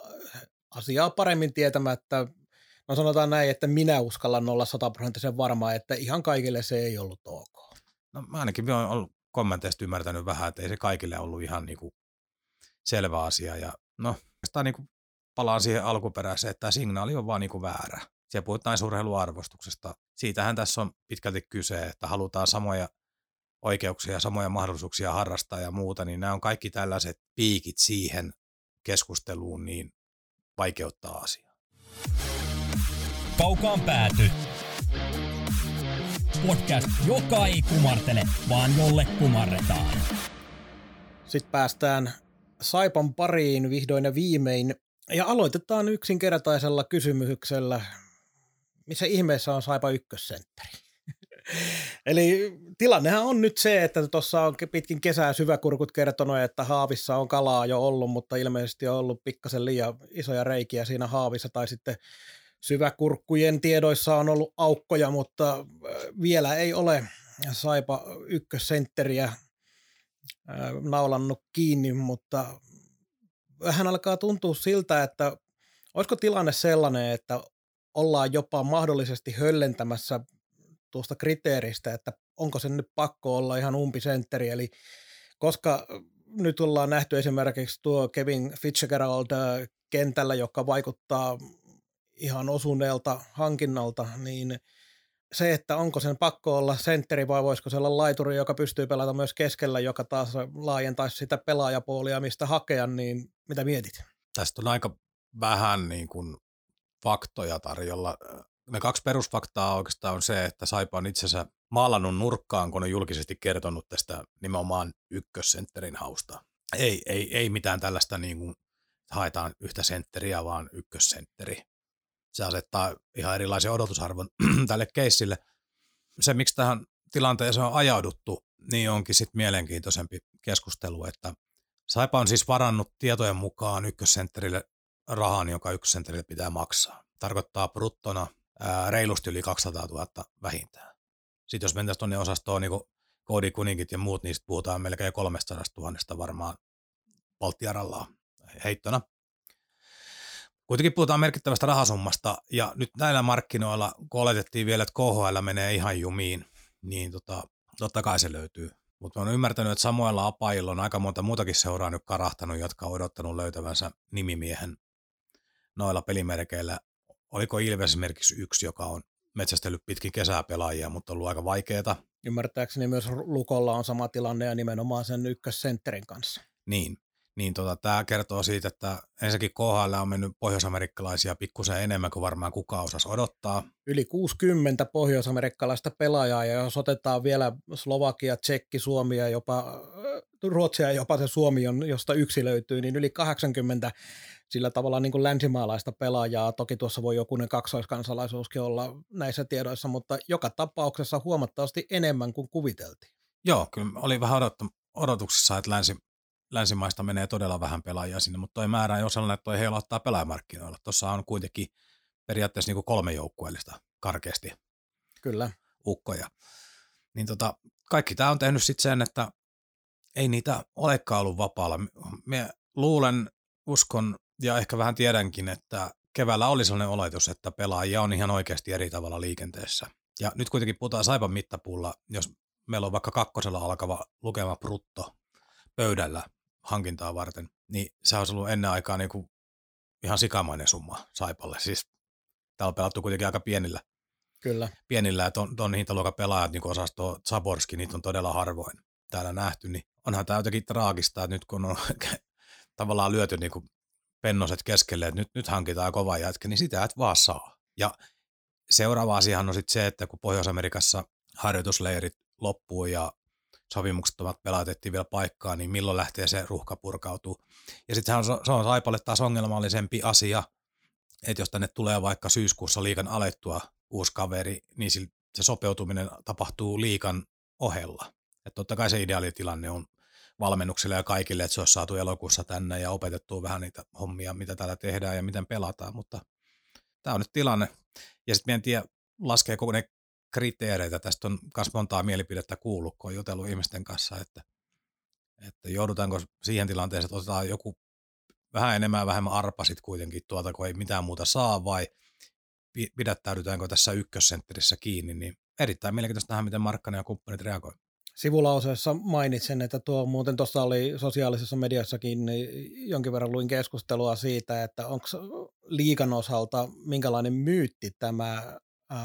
asiaa paremmin tietämättä, no sanotaan näin, että minä uskallan olla 100% varma, että ihan kaikille se ei ollut ok. No mä ainakin olen ollut kommenteista ymmärtänyt vähän, että ei se kaikille ollut ihan niin kuin selvä asia. Ja no, sitä niin kuin palaan siihen alkuperäiseen, että tämä signaali on vaan niin kuin väärä. Siellä puhutaan naisurheiluarvostuksesta. Siitähän tässä on pitkälti kyse, että halutaan samoja oikeuksia ja samoja mahdollisuuksia harrastaa ja muuta, niin nämä on kaikki tällaiset piikit siihen keskusteluun, niin vaikeuttaa asiaa. Kaukaan pääty. Podcast, joka ei kumartele, vaan jolle kumarretaan. Sitten päästään Saipan pariin vihdoin ja viimein. Ja aloitetaan yksinkertaisella kysymyksellä. Missä ihmeessä on Saipan ykkössentteri? Eli tilannehan on nyt se, että tuossa on pitkin kesää syväkurkut kertonut, että haavissa on kalaa jo ollut, mutta ilmeisesti on ollut pikkasen liian isoja reikiä siinä haavissa, tai sitten syväkurkkujen tiedoissa on ollut aukkoja, mutta vielä ei ole Saipa ykkössentteriä naulannut kiinni, mutta vähän alkaa tuntua siltä, että olisiko tilanne sellainen, että ollaan jopa mahdollisesti höllentämässä tuosta kriteeristä, että onko se nyt pakko olla ihan umpisentteri, eli koska nyt ollaan nähty esimerkiksi tuo Kevin Fitzgerald kentällä, joka vaikuttaa ihan osuneelta hankinnalta, niin se, että onko sen pakko olla sentteri vai voisiko se olla laituri, joka pystyy pelata myös keskellä, joka taas laajentaisi sitä pelaajapuolia, mistä hakea, niin mitä mietit? Tästä on aika vähän niin kuin faktoja tarjolla. Ne kaksi perusfaktaa oikeastaan on se, että Saipa on itsensä maalannut nurkkaan, kun on julkisesti kertonut tästä nimenomaan ykkössentterin hausta. Ei mitään tällaista niin kuin haetaan yhtä sentteriä, vaan ykkössentteri. Se asettaa ihan erilaisen odotusarvon tälle keissille. Se, miksi tähän tilanteeseen on ajauduttu, niin onkin sitten mielenkiintoisempi keskustelu, että Saipa on siis varannut tietojen mukaan ykkössentterille rahan, joka ykkössentterille pitää maksaa. Tarkoittaa bruttona reilusti yli 200 000 vähintään. Sitten jos mentäisiin tuonne osastoon niin koodikuninkit ja muut, niin puhutaan melkein 300 000 varmaan Baltiaralla heittona. Kuitenkin puhutaan merkittävästä rahasummasta, ja nyt näillä markkinoilla, kun oletettiin vielä, että KHL menee ihan jumiin, niin totta kai se löytyy. Mutta olen ymmärtänyt, että samoilla apajilla on aika monta muutakin seuraa nyt karahtanut, jotka on odottanut löytävänsä nimimiehen noilla pelimerkeillä. Oliko Ilves esimerkiksi yksi, joka on metsästellyt pitkin kesää pelaajia, mutta ollut aika vaikeaa. Ymmärtääkseni myös Lukolla on sama tilanne ja nimenomaan sen ykkössentterin kanssa. Niin tämä kertoo siitä, että ensinnäkin KHL on mennyt pohjoisamerikkalaisia pikkusen enemmän kuin varmaan kukaan osasi odottaa. Yli 60 pohjoisamerikkalaista pelaajaa, ja jos otetaan vielä Slovakia, Tsekki, Suomi ja jopa Ruotsia ja jopa se Suomi, josta yksi löytyy, niin yli 80 sillä tavalla niin kuin länsimaalaista pelaajaa. Toki tuossa voi jokunen kaksoiskansalaisuuskin olla näissä tiedoissa, mutta joka tapauksessa huomattavasti enemmän kuin kuviteltiin. Joo, kyllä oli vähän odotuksissa, että länsimaista menee todella vähän pelaajia sinne, mutta toi määrä ei ole sellainen, että toi heilauttaa pelaajamarkkinoilla. Tuossa on kuitenkin periaatteessa niin kuin 3 joukkueellista karkeasti. Kyllä. Ukkoja. Niin kaikki tämä on tehnyt sitten sen, että ei niitä olekaan ollut vapaalla. Mä luulen, uskon ja ehkä vähän tiedänkin, että keväällä oli sellainen oletus, että pelaajia on ihan oikeasti eri tavalla liikenteessä. Ja nyt kuitenkin puhutaan Saipan mittapuulla, jos meillä on vaikka 2 alkava lukema brutto pöydällä hankintaa varten, niin se olisi ollut ennen aikaa niin kuin ihan sikamainen summa Saipalle. Siis täällä on pelattu kuitenkin aika pienillä. Kyllä. Pienillä, ja ton hintaluokan pelaajat, niin kuin osasto Zaborski, niitä on todella harvoin täällä nähty, niin onhan tämä jotenkin traagista, että nyt kun on tavallaan lyöty niin kuin pennoset keskelle, että nyt hankitaan kova jätkä, niin sitä et vaan saa. Ja seuraava asiahan on sitten se, että kun Pohjois-Amerikassa harjoitusleirit loppuu ja sopimuksettomat pelaatettiin vielä paikkaa, niin milloin lähtee se ruuhka purkautuu. Ja sitten se on Saipalle taas ongelmallisempi asia, että jos tänne tulee vaikka syyskuussa liigan alettua uusi kaveri, niin se sopeutuminen tapahtuu liigan ohella. Että totta kai se ideaalitilanne on valmennuksille ja kaikille, että se olisi saatu elokuussa tänne ja opetettua vähän niitä hommia, mitä täällä tehdään ja miten pelataan, mutta tämä on nyt tilanne. Ja sitten en tiedä, laskeeko ne kriteereitä. Tästä on myös montaa mielipidettä kuullut, kun on jutellut ihmisten kanssa, että joudutaanko siihen tilanteeseen, että otetaan joku vähän enemmän ja vähemmän arpa sit kuitenkin tuolta, kun ei mitään muuta saa, vai pidättäydytäänkö tässä ykkössentterissä kiinni, niin erittäin mielenkiintoista nähdä, miten Markkanen ja kumppanit reagoivat. Sivulauseessa mainitsen, että tuo muuten tuossa oli sosiaalisessa mediassakin, niin jonkin verran luin keskustelua siitä, että onko liigan osalta minkälainen myytti tämä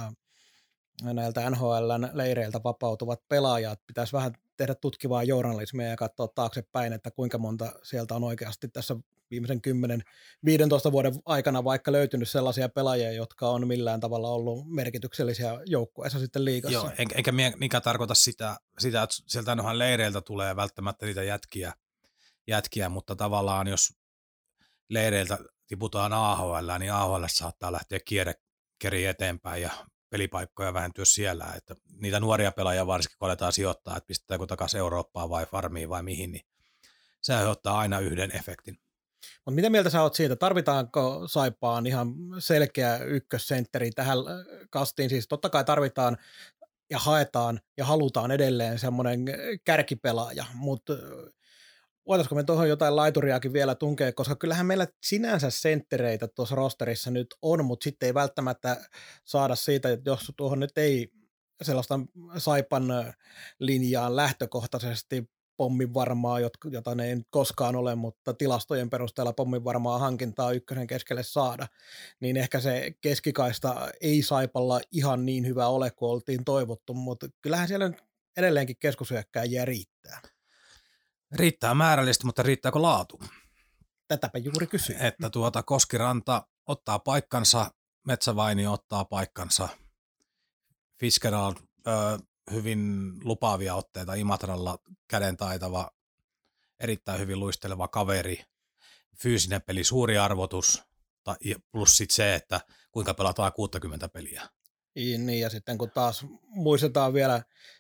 näiltä NHL:n leireiltä vapautuvat pelaajat. Pitäisi vähän tehdä tutkivaa journalismia ja katsoa taaksepäin, että kuinka monta sieltä on oikeasti tässä viimeisen 10-15 vuoden aikana vaikka löytynyt sellaisia pelaajia, jotka on millään tavalla ollut merkityksellisiä joukkueissa sitten liigassa. Joo, enkä mikä tarkoita sitä, että sieltä NHL:n leireiltä tulee välttämättä niitä jätkiä, mutta tavallaan jos leireiltä tiputaan AHL, niin AHL saattaa lähteä kierrekeri eteenpäin ja pelipaikkoja vähentyä siellä, että niitä nuoria pelaajia varsinkin kun aletaan sijoittaa, että pistetäänkö takaisin Eurooppaan vai farmiin vai mihin, niin se aiheuttaa aina yhden efektin. Mutta mitä mieltä sä oot siitä? Tarvitaanko Saipaan ihan selkeä ykkössentteri tähän kastiin? Siis totta kai tarvitaan ja haetaan ja halutaan edelleen semmoinen kärkipelaaja, mutta voitaisiko me tuohon jotain laituriakin vielä tunkea, koska kyllähän meillä sinänsä senttereitä tuossa rosterissa nyt on, mutta sitten ei välttämättä saada siitä, että jos tuohon nyt ei sellaista Saipan linjaan lähtökohtaisesti pommin varmaa, jota ne ei nyt koskaan ole, mutta tilastojen perusteella pommin varmaa hankintaa ykkösen keskelle saada, niin ehkä se keskikaista ei Saipalla ihan niin hyvä ole kuin oltiin toivottu, mutta kyllähän siellä nyt edelleenkin keskushyökkääjiä riittää. Riittää määrällisesti, mutta riittääkö laatu? Tätäpä juuri kysyin. Että Koskiranta ottaa paikkansa, Metsävainio ottaa paikkansa, Fitzgerald hyvin lupaavia otteita, Imatralla kädentaitava, erittäin hyvin luisteleva kaveri, fyysinen peli, suuri arvotus, plus sitten se, että kuinka pelataan 60 peliä. Niin, ja sitten kun taas muistetaan vielä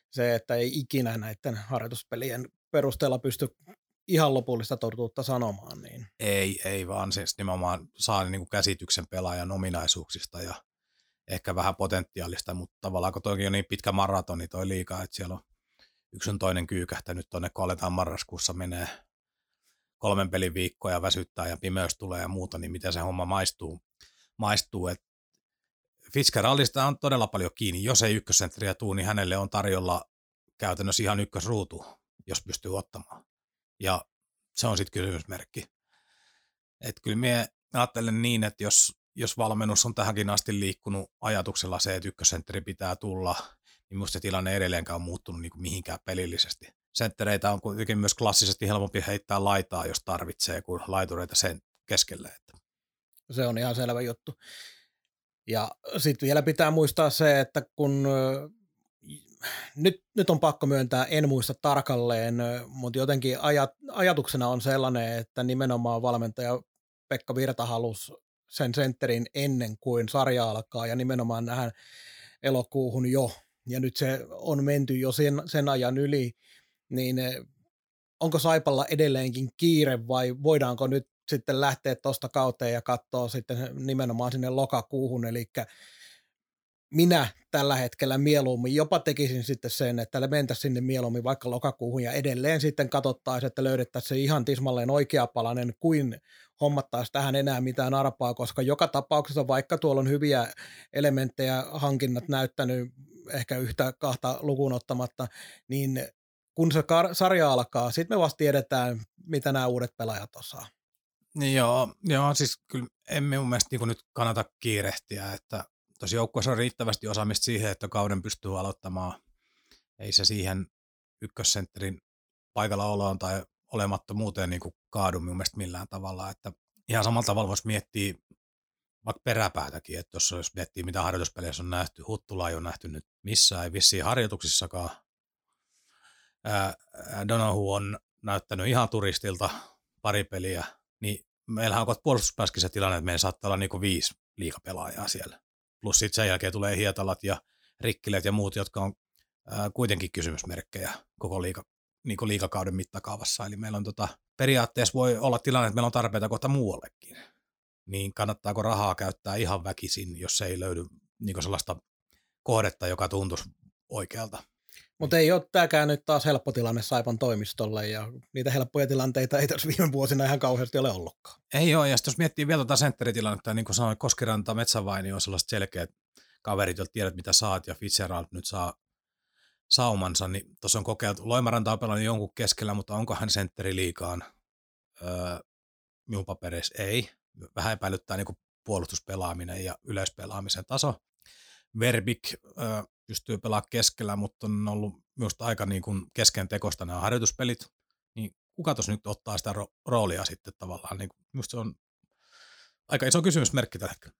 se, että ei ikinä näiden harjoituspelien perusteella pysty ihan lopullista totuutta sanomaan. Niin. Ei vaan siis nimenomaan saa niin kuin käsityksen pelaajan ominaisuuksista ja ehkä vähän potentiaalista, mutta tavallaan kun toikin on niin pitkä maratoni toi liiga, että siellä on yksi on toinen kyykähtänyt tuonne, kun aletaan marraskuussa menee 3 pelin viikkoja, väsyttää ja pimeys tulee ja muuta, niin miten se homma maistuu. Et Fitzgeraldista on todella paljon kiinni. Jos ei ykkössentteriä tuu, niin hänelle on tarjolla käytännössä ihan ykkösruutu, jos pystyy ottamaan. Ja se on sitten kysymysmerkki. Että kyllä minä ajattelen niin, että jos valmennus on tähänkin asti liikkunut ajatuksella se, että ykkössentteri pitää tulla, niin minusta se tilanne edelleenkään on muuttunut niin kuin mihinkään pelillisesti. Senttereitä on kuitenkin myös klassisesti helpompi heittää laitaa, jos tarvitsee, kuin laitureita sen keskelle. Se on ihan selvä juttu. Ja sitten vielä pitää muistaa se, että kun nyt on pakko myöntää, en muista tarkalleen, mutta jotenkin ajatuksena on sellainen, että nimenomaan valmentaja Pekka Virta halusi sen sentterin ennen kuin sarja alkaa ja nimenomaan nähdään elokuuhun jo. Ja nyt se on menty jo sen ajan yli, niin onko Saipalla edelleenkin kiire vai voidaanko nyt sitten lähteä tuosta kauteen ja katsoa sitten nimenomaan sinne lokakuuhun, eli minä tällä hetkellä mieluummin jopa tekisin sitten sen, että mentäisiin sinne mieluummin vaikka lokakuuhun ja edelleen sitten katsottaisiin, että löydettäisiin se ihan tismalleen oikeapalainen, kuin hommattaisiin tähän enää mitään arpaa, koska joka tapauksessa vaikka tuolla on hyviä elementtejä hankinnat näyttänyt ehkä 1-2 lukuun ottamatta, niin kun se sarja alkaa, sitten me vasta tiedetään, mitä nämä uudet pelaajat osaa. Niin joo, siis kyllä en minun mielestä niin nyt kannata kiirehtiä, että tuossa joukkueessa on riittävästi osaamista siihen, että kauden pystyy aloittamaan. Ei se siihen ykkössentterin paikalla oloon tai olemattomuuteen niin kuin kaadu minun mielestä millään tavalla. Että ihan samalla tavalla voisi miettiä vaikka peräpäätäkin, että jos miettii mitä harjoituspeleissä on nähty, Huttula ei ole nähty nyt missään, ei vissiin harjoituksissakaan. Donohue on näyttänyt ihan turistilta pari peliä, niin meillähän on puolustuspäässäkin se tilanne, että meillä saattaa olla niin kuin 5 liigapelaajaa siellä. Plus sitten sen jälkeen tulee Hietalat ja Rikkilet ja muut, jotka on kuitenkin kysymysmerkkejä koko liigakauden mittakaavassa. Eli meillä on periaatteessa voi olla tilanne, että meillä on tarpeita kohta muuallekin. Niin kannattaako rahaa käyttää ihan väkisin, jos ei löydy niin sellaista kohdetta, joka tuntuisi oikealta. Mutta ei ole tämäkään nyt taas helppo tilanne Saipan toimistolle, ja niitä helppoja tilanteita ei tässä viime vuosina ihan kauheasti ole ollutkaan. Ei ole, ja sitten jos miettii vielä tuota sentteritilannetta, niin kuin sanoin, Koskiranta, Metsävaini on sellaiset selkeät kaverit, joilta tiedät mitä saat, ja Fitzgerald nyt saa saumansa, niin tuossa on kokeiltu. Loimaranta on pelannut jonkun keskellä, mutta onko hän sentteri liikaan? Minun papereissa ei. Vähän epäilyttää niin kuin puolustuspelaaminen ja yleispelaamisen taso. Verbik pystyy pelaamaan keskellä, mutta on ollut minusta aika niin kuin kesken tekosta nämä harjoituspelit. Niin kuka tuossa nyt ottaa sitä roolia sitten tavallaan? Niin minusta se on aika iso kysymysmerkki tällä hetkellä.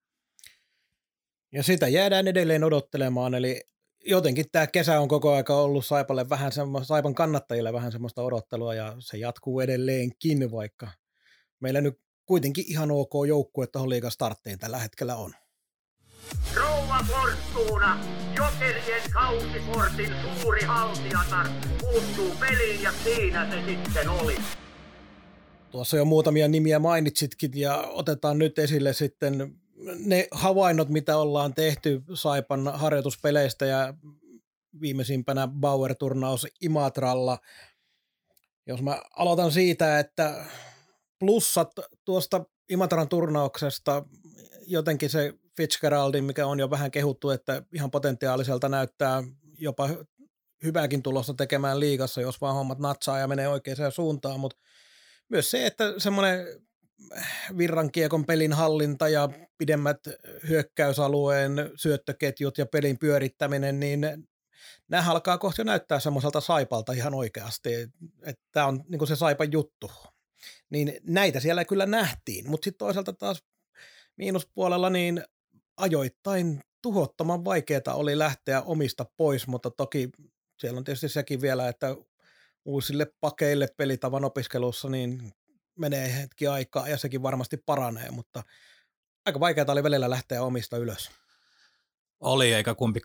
Ja sitä jäädään edelleen odottelemaan, eli jotenkin tämä kesä on koko aika ollut Saipan kannattajille vähän semmoista odottelua, ja se jatkuu edelleenkin, vaikka meillä nyt kuitenkin ihan ok joukkue tuohon liigan starttiin tällä hetkellä on. Rouva Fortuna, Jokerien kausikortin suuri haltijatar, puuttuu peliin ja siinä se sitten oli. Tuossa jo muutamia nimiä mainitsitkin, ja otetaan nyt esille sitten ne havainnot, mitä ollaan tehty Saipan harjoituspeleistä, ja viimeisimpänä Bauer-turnaus Imatralla. Jos mä aloitan siitä, että plussat tuosta Imatran turnauksesta, jotenkin se Fitzgeraldin, mikä on jo vähän kehuttu, että ihan potentiaaliselta näyttää jopa hyvääkin tulosta tekemään liigassa, jos vaan hommat natsaa ja menee oikeaan suuntaan, mutta myös se, että semmoinen virrankiekon pelin hallinta ja pidemmät hyökkäysalueen syöttöketjut ja pelin pyörittäminen, niin nämä alkaa kohta jo näyttää semmoiselta Saipalta ihan oikeasti, että tämä on niin kuin se Saipan juttu. Niin näitä siellä kyllä nähtiin, mutta sitten toisaalta taas miinuspuolella niin ajoittain tuhottoman vaikeaa oli lähteä omista pois, mutta toki siellä on tietysti sekin vielä, että uusille pakeille pelitavan opiskelussa niin menee hetki aikaa ja sekin varmasti paranee, mutta aika vaikeaa oli välillä lähteä omista ylös. Oli, eikä kumpikaan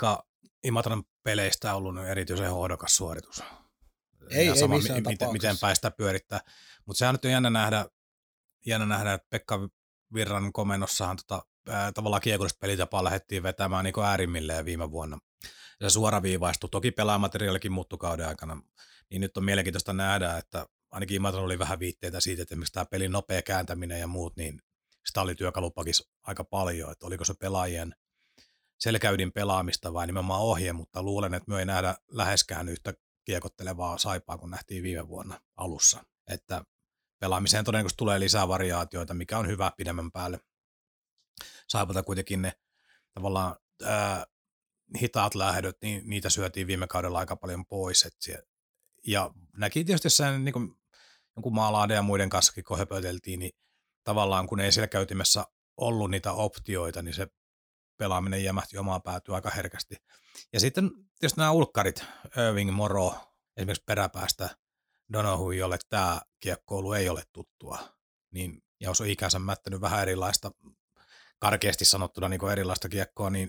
Imatran peleistä ollut erityisen hohdokas suoritus. Ei sama, missään tapauksessa. miten päin sitä pyörittää. Mutta sehän nyt on jännä nähdä, että Pekka Virran komennossahan tavallaan kiekollista pelitapaa lähdettiin vetämään niin äärimmilleen viime vuonna. Se suoraviivaistui. Toki pelaamateriaalikin muuttui kauden aikana. Niin nyt on mielenkiintoista nähdä, että ainakin Imatran oli vähän viitteitä siitä, että esimerkiksi tämä pelin nopea kääntäminen ja muut, niin sitä oli työkalupakissa aika paljon. Että oliko se pelaajien selkäydin pelaamista vai nimenomaan ohje, mutta luulen, että me ei nähdä läheskään yhtä kiekottelevaa Saipaa, kun nähtiin viime vuonna alussa. Että pelaamiseen todennäköisesti tulee lisää variaatioita, mikä on hyvä pidemmän päälle. Saipalta kuitenkin ne tavallaan hitaat lähdöt, niin niitä syötiin viime kaudella aika paljon pois. Ja näki tietysti sen niin kuin jonkun Maalaade ja muiden kanssa, kun höpöteltiin, niin tavallaan kun ei selkäytimessä ollut niitä optioita, niin se pelaaminen jämähti omaa päätyä aika herkästi. Ja sitten tietysti nämä ulkkarit, Irving, Moro, esimerkiksi peräpäästä Donohue, jolle tämä kiekkoilu ei ole tuttua, niin, ja jos on ikänsä mättänyt vähän erilaista, karkeasti sanottuna niin erilaista kiekkoa, niin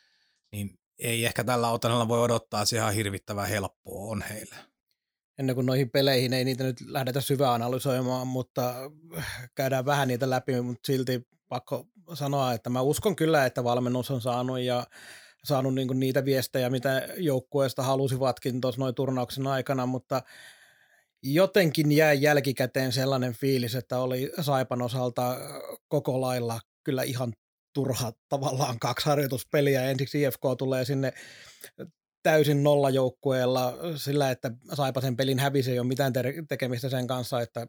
ei ehkä tällä otannalla voi odottaa, että se ihan hirvittävän helppoa on heille. Ennen kuin noihin peleihin ei niitä nyt lähdetä syvään analysoimaan, mutta käydään vähän niitä läpi, mutta silti pakko sanoa, että mä uskon kyllä, että valmennus on saanut niinku niitä viestejä, mitä joukkueesta halusivatkin tuossa noin turnauksen aikana, mutta jotenkin jäi jälkikäteen sellainen fiilis, että oli Saipan osalta koko lailla kyllä ihan turha tavallaan 2 harjoituspeliä. Ensiksi IFK tulee sinne täysin nollajoukkueella sillä, että Saipa sen pelin hävisi, ei ole mitään tekemistä sen kanssa, että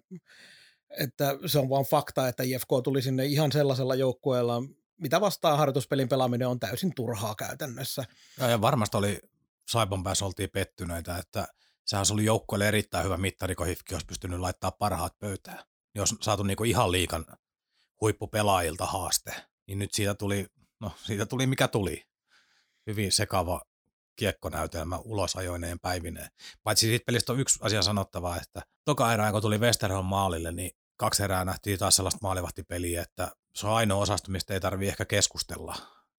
se on vaan fakta, että IFK tuli sinne ihan sellaisella joukkueella, mitä vastaan harjoituspelin pelaaminen on täysin turhaa käytännössä. Ja varmasti oli Saipan päässä oltiin pettyneitä, että sehän oli joukkueelle erittäin hyvä mittari, kun HIFK olisi pystynyt laittaa parhaat pöytään. Jos saatu niinku ihan liigan huippupelaajilta haaste, niin nyt siitä tuli mikä tuli. Hyvin sekava kiekkonäytelmä ulosajoineen päivineen. Paitsi siitä pelistä on yksi asia sanottavaa, että toka erään, kun tuli Westerholm maalille, niin 2 erää nähtiin taas sellaista maalivahtipeliä, että se on ainoa osasto, mistä ei tarvitse ehkä keskustella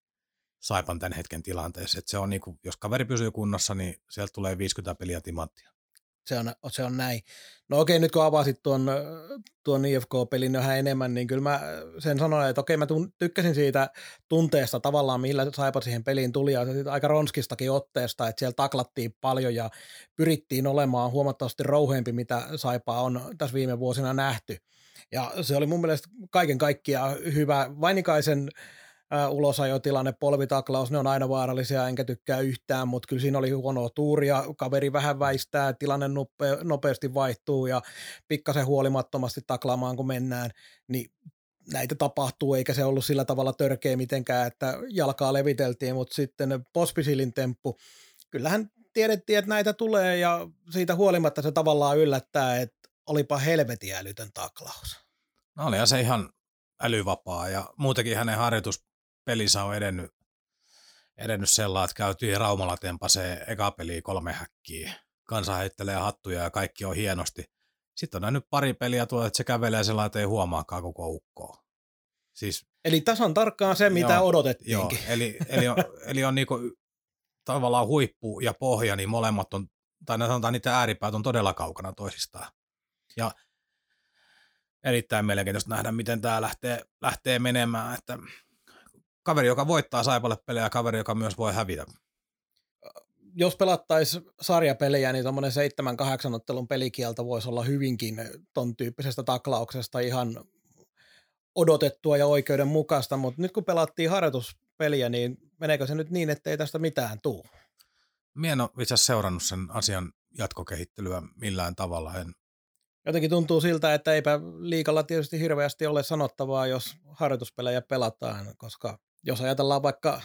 Saipan tämän hetken tilanteessa. Että se on niinku, jos kaveri pysyy kunnossa, niin sieltä tulee 50 peliä timanttia. Se on näin. No okei, nyt kun avasit tuon IFK-pelin vähän enemmän, niin kyllä mä sen sanoin, että okei, mä tykkäsin siitä tunteesta tavallaan, millä Saipa siihen peliin tuli, ja aika ronskistakin otteesta, että siellä taklattiin paljon ja pyrittiin olemaan huomattavasti rouheempi, mitä Saipaa on tässä viime vuosina nähty. Ja se oli mun mielestä kaiken kaikkiaan hyvä. Vainikaisen ulosajotilanne, polvitaklaus, ne on aina vaarallisia, enkä tykkää yhtään, mutta kyllä siinä oli huonoa tuuria, kaveri vähän väistää, tilanne nopeasti vaihtuu ja pikkasen huolimattomasti taklaamaan kun mennään, niin näitä tapahtuu, eikä se ollut sillä tavalla törkeä mitenkään, että jalkaa leviteltiin, mutta sitten Pospisilin temppu, kyllähän tiedettiin, että näitä tulee ja siitä huolimatta se tavallaan yllättää, että olipa helvetin älytön taklaus. No olihan se ihan älyvapaa ja muutenkin hänen harjoituspelinsä on edennyt sellainen, että käytiin Raumalla tempasee eka peliä 3 häkkiä. Kansa heittelee hattuja ja kaikki on hienosti. Sitten on nähnyt pari peliä tuolla, että se kävelee sellainen, että ei huomaakaan koko ukkoa. Siis, eli tasan tarkkaan se, mitä odotettiinkin. Joo, eli on niinku tavallaan huippu ja pohja, niin molemmat on, tai sanotaan niitä ääripäät on todella kaukana toisistaan. Ja erittäin mielenkiintoista nähdä, miten tämä lähtee menemään, että kaveri, joka voittaa Saipalle pelejä, ja kaveri, joka myös voi hävitä. Jos pelattaisiin sarjapelejä, niin tuommoinen 7-8 ottelun pelikielto voisi olla hyvinkin ton tyyppisestä taklauksesta ihan odotettua ja oikeudenmukaista, mutta nyt kun pelattiin harjoituspeliä, niin meneekö se nyt niin, ettei tästä mitään tule? Mie en ole itse asiassa seurannut sen asian jatkokehittelyä millään tavalla. Jotenkin tuntuu siltä, että eipä liigalla tietysti hirveästi ole sanottavaa, jos harjoituspelejä pelataan, koska jos ajatellaan vaikka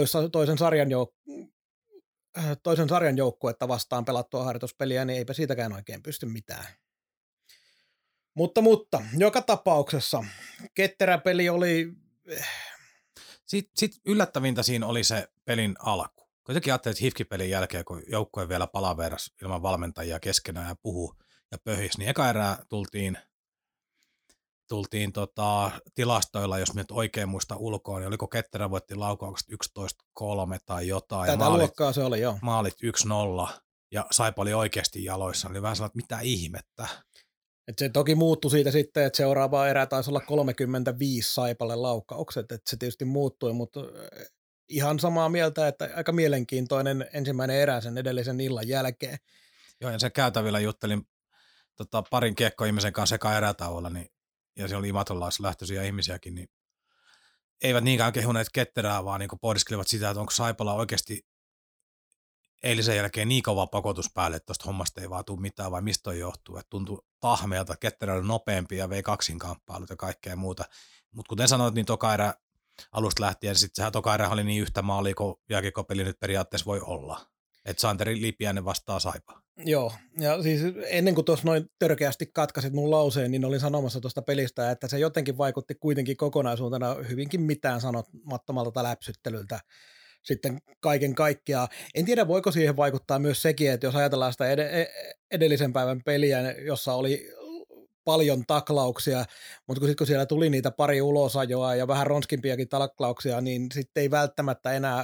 toisen sarjan joukkuetta vastaan pelattua harjoituspeliä, niin eipä siitäkään oikein pysty mitään. Mutta joka tapauksessa ketterä peli oli. Sitten yllättävintä siinä oli se pelin alku. Kuitenkin ajattelin, että HIFK-pelin jälkeen, kun joukkue vielä palaveras ilman valmentajia keskenään ja puhuu ja pöhis, niin eka erää tultiin tultiin tilastoilla, jos nyt oikein muista ulkoa, niin oliko Ketterä voitti laukaukset 11-3 tai jotain. Tätä luokkaa se oli, joo. Maalit 1-0 ja Saipa oli oikeasti jaloissa. Oli vähän sellainen, että mitä ihmettä. Et se toki muuttui siitä sitten, että seuraava erä taisi olla 35 Saipalle laukaukset, että se tietysti muuttui, mutta ihan samaa mieltä, että aika mielenkiintoinen ensimmäinen erä sen edellisen illan jälkeen. Joo, ja sen käytävillä juttelin parin kiekko-ihmisen kanssa eka erätauolla, niin, ja siellä oli imatralaisissa lähtöisiä ihmisiäkin, niin eivät niinkään kehuneet Ketterää, vaan niin pohdiskelivat sitä, että onko Saipalla oikeasti eilisen jälkeen niin kova pakotus päälle, että tuosta hommasta ei vaan tule mitään, vai mistä on johtuu, että tuntui tahmeelta, Ketterä oli nopeampi ja vei kaksin kamppailut ja kaikkea muuta, mutta kuten sanoit, niin toka erä alusta lähtien, sitten sehän toka erä oli niin yhtä maalia kuin jääkiekkopeli nyt periaatteessa voi olla, että Santeri Lipiäinen vastaa Saipaa. Joo, ja siis ennen kuin tuossa noin törkeästi katkaisit mun lauseen, niin olin sanomassa tuosta pelistä, että se jotenkin vaikutti kuitenkin kokonaisuutena hyvinkin mitään sanomattomalta läpsyttelyltä sitten kaiken kaikkiaan. En tiedä, voiko siihen vaikuttaa myös sekin, että jos ajatellaan sitä edellisen päivän peliä, jossa oli paljon taklauksia, mutta kun siellä tuli niitä pari ulosajoa ja vähän ronskimpiakin taklauksia, niin sitten ei välttämättä enää,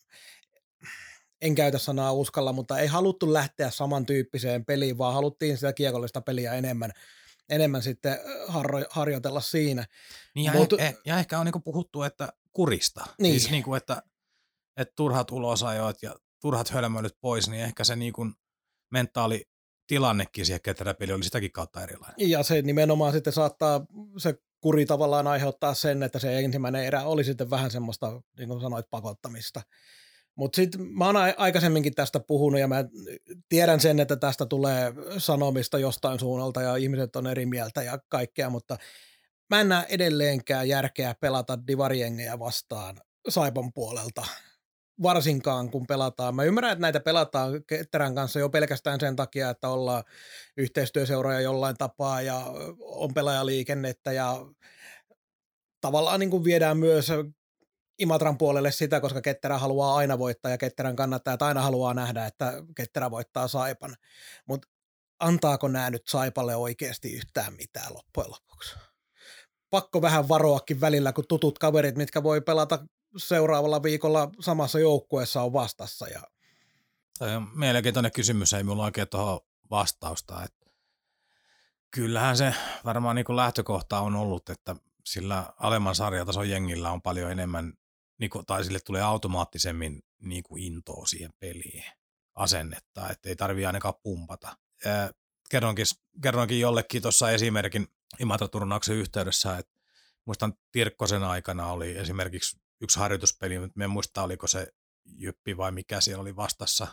en käytä sanaa uskalla, mutta ei haluttu lähteä samantyyppiseen peliin, vaan haluttiin sitä kiekollista peliä enemmän sitten harjoitella siinä. Niin ja ehkä on niinku puhuttu, että kurista. Niin. Siis niinku, että turhat ulosajot ja turhat hölmöilyt pois, niin ehkä se niinku mentaalitilannekin siihen Ketterä-peli oli sitäkin kautta erilainen. Ja se nimenomaan sitten saattaa se kuri tavallaan aiheuttaa sen, että se ensimmäinen erä oli sitten vähän semmoista, niin kuin sanoit, pakottamista. Mutta sitten mä oon aikaisemminkin tästä puhunut ja mä tiedän sen, että tästä tulee sanomista jostain suunnalta ja ihmiset on eri mieltä ja kaikkea, mutta mä en näe edelleenkään järkeä pelata divariengejä vastaan Saipan puolelta, varsinkaan kun pelataan. Mä ymmärrän, että näitä pelataan Ketterän kanssa jo pelkästään sen takia, että ollaan yhteistyöseuroja jollain tapaa ja on pelaajaliikennettä ja tavallaan niin kuin viedään myös Imatran puolelle sitä, koska Ketterä haluaa aina voittaa ja Ketterän kannattajat aina haluaa nähdä, että Ketterä voittaa Saipan. Mutta antaako nämä nyt Saipalle oikeasti yhtään mitään loppujen lopuksi? Pakko vähän varoakin välillä, kun tutut kaverit, mitkä voi pelata seuraavalla viikolla samassa joukkueessa on vastassa. Ja toi on mielenkiintoinen kysymys, ei minulla oikein tuohon vastausta. Et kyllähän se varmaan niin kuin lähtökohta on ollut, että sillä alemman sarjatason jengillä on paljon enemmän, tai sille tulee automaattisemmin niin kuin intoa siihen peliin asennetta, että ei tarvitse ainakaan pumpata. Kerroinkin jollekin tuossa esimerkin Imatra-turnauksen yhteydessä, että muistan Tirkkosen aikana oli esimerkiksi yksi harjoituspeli, mutta en muista oliko se Jyppi vai mikä siellä oli vastassa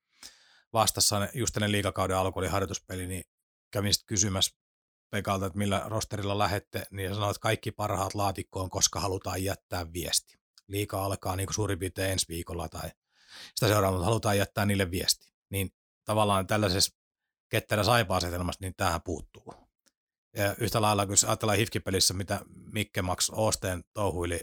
just ennen liigakauden alku oli harjoituspeli, niin kävin sitten kysymässä Pekalta, että millä rosterilla lähette, niin sanoit, että kaikki parhaat laatikkoon, koska halutaan jättää viesti. Liiga alkaa niin kuin suurin piirtein ensi viikolla tai sitä seuraavaa, mutta halutaan jättää niille viesti. Niin tavallaan tällaisessa Ketterä Saipa-asetelmassa, niin tämähän puuttuu. Ja yhtä lailla, kun ajatellaan HIFK-pelissä, mitä Mikke Max Osteen touhuili,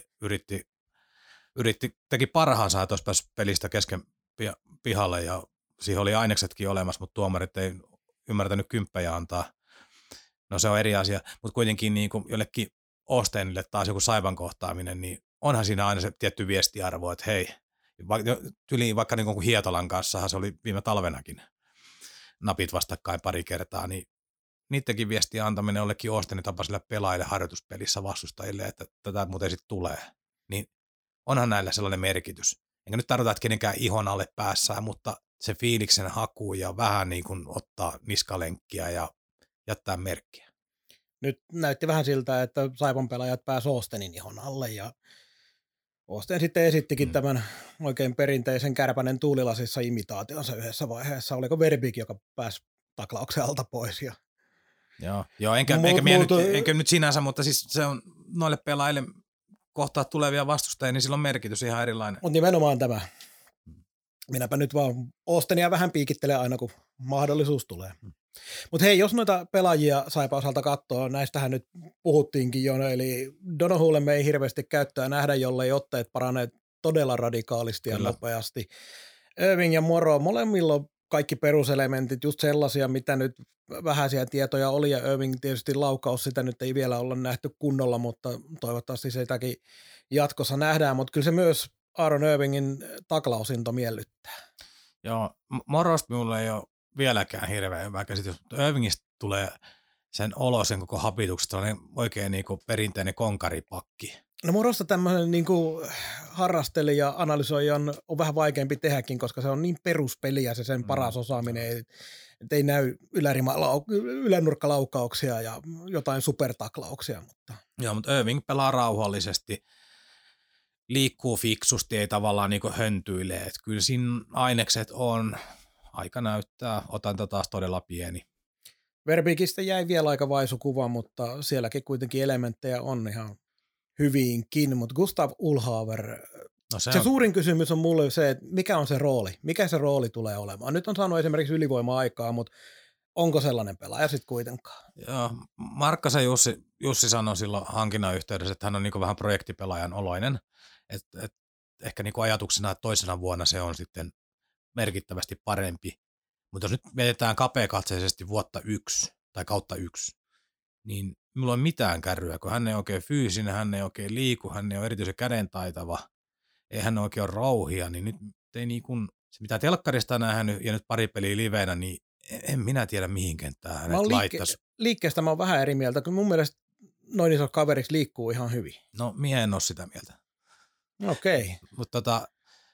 teki parhaansa, että olisi päässyt pelistä kesken pihalle, ja siihen oli aineksetkin olemassa, mutta tuomarit ei ymmärtänyt kymppejä antaa. No se on eri asia, mutta kuitenkin niin kuin jollekin Osteenille taas joku Saipan kohtaaminen, niin onhan siinä aina se tietty viestiarvo, että hei, vaikka niin kuin Hietalan kanssahan se oli viime talvenakin napit vastakkain pari kertaa, niin niidenkin viestiä antaminen jollekin Osteenin tapaisille pelaajille harjoituspelissä vastustajille, että tätä muuten sitten tulee, niin onhan näillä sellainen merkitys. Enkä nyt tarkoita, että kenenkään ihon alle päässään, mutta se fiiliksen haku ja vähän niin kuin ottaa niskalenkkiä ja jättää merkkiä. Nyt näytti vähän siltä, että Saipan pelaajat pääsivät Ostenin ihon alle ja Osten sitten esittikin tämän oikein perinteisen kärpänen tuulilasissa imitaationsa yhdessä vaiheessa. Oliko Verbik, joka pääsi taklauksen alta pois? Ja Joo, enkä nyt sinänsä, mutta siis se on noille pelaajille kohtaa tulevia vastustajia, niin sillä on merkitys ihan erilainen. Mutta nimenomaan tämä. Minäpä nyt vaan Ostenia vähän piikittelen aina, kun mahdollisuus tulee. Mutta hei, jos noita pelaajia Saipa osalta katsoo, näistähän nyt puhuttiinkin jo, eli Donohulle me ei hirveästi käyttöä nähdä, jollei otteet paraneet todella radikaalisti ja nopeasti. Irving ja Moro, molemmilla on kaikki peruselementit, just sellaisia, mitä nyt vähäisiä tietoja oli, ja Irving tietysti laukaus, sitä nyt ei vielä olla nähty kunnolla, mutta toivottavasti sitäkin jatkossa nähdään, mutta kyllä se myös Aaron Irvingin taklausinto miellyttää. Joo, morosta minulla ei ole vieläkään hirveän hyvä käsitys, mutta Irvingistä tulee sen olosen koko habituksesta oikein niin kuin perinteinen konkaripakki. No morosta tämmöinen niin kuin harrastelija, analysoijan on vähän vaikeampi tehdäkin, koska se on niin peruspeliä se sen paras osaaminen, että ei näy ylänurkkalaukauksia ja jotain supertaklauksia. Mutta. Joo, mutta Irving pelaa rauhallisesti, liikkuu fiksusti, ei tavallaan niin kuin höntyile. Että kyllä siinä ainekset on, aika näyttää, otanta taas todella pieni. Verbikistä jäi vielä aika vaisu kuva, mutta sielläkin kuitenkin elementtejä on ihan hyvinkin, mutta Gustav Uhlhaver, se suurin kysymys on mulle se, että mikä on se rooli, mikä se rooli tulee olemaan. Nyt on saanut esimerkiksi ylivoima-aikaa, mutta onko sellainen pelaaja sitten kuitenkaan? Joo, Markkasen Jussi sanoi silloin hankinnan yhteydessä, että hän on niinku vähän projektipelaajan oloinen, että ehkä niinku ajatuksena, että toisena vuonna se on sitten merkittävästi parempi, mutta jos nyt mietitään kapeakatseisesti vuotta 1 tai kautta 1, niin minulla ei ole mitään kärryä, kun hän ei oikein fyysinen, hän ei oikein liiku, hän ei ole erityisen kädentaitava, ei hän oikein ole rouhia, niin nyt ei niin kuin, se mitä telkkarista nähnyt ja nyt pari peliä liveenä, niin en minä tiedä mihin kenttään hänet laittaisi. Liikkeestä mä oon vähän eri mieltä, kun mun mielestä noin iso kaveriksi liikkuu ihan hyvin. No, minä en ole sitä mieltä. Okei. Mutta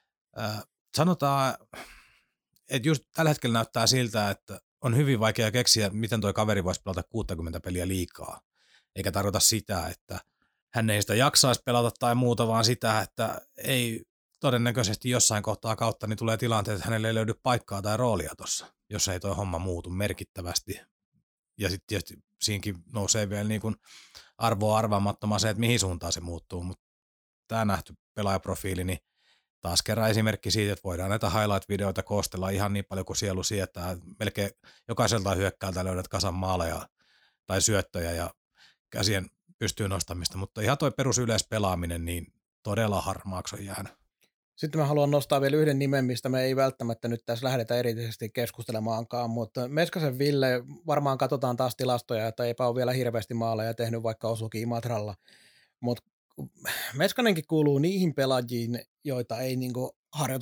sanotaan, että just tällä hetkellä näyttää siltä, että on hyvin vaikea keksiä, miten toi kaveri voisi pelata 60 peliä liikaa. Eikä tarkoita sitä, että hän ei sitä jaksaisi pelata tai muuta, vaan sitä, että ei todennäköisesti jossain kohtaa kautta niin tulee tilanteet, että hänelle ei löydy paikkaa tai roolia tuossa, jos ei toi homma muutu merkittävästi. Ja sitten tietysti siinkin nousee vielä niin kuin arvoa arvaamattomaan se, että mihin suuntaan se muuttuu. Mutta tämä nähty pelaajaprofiili, niin taas kerran esimerkki siitä, että voidaan näitä highlight-videoita koostella ihan niin paljon kuin sielu sietää. Melkein jokaiselta hyökkäältä löydät kasan maaleja tai syöttöjä ja käsien pystyyn nostamista, mutta ihan toi perusyleispelaaminen niin todella harmaaksi on jäänyt. Sitten mä haluan nostaa vielä yhden nimen, mistä me ei välttämättä nyt tässä lähdetä erityisesti keskustelemaankaan, mutta Meskasen Ville, varmaan katsotaan taas tilastoja, että eipä ole vielä hirveästi maaleja tehnyt, vaikka osuukin Imatralla, mutta Meskanenkin kuuluu niihin pelaajiin, joita ei niinku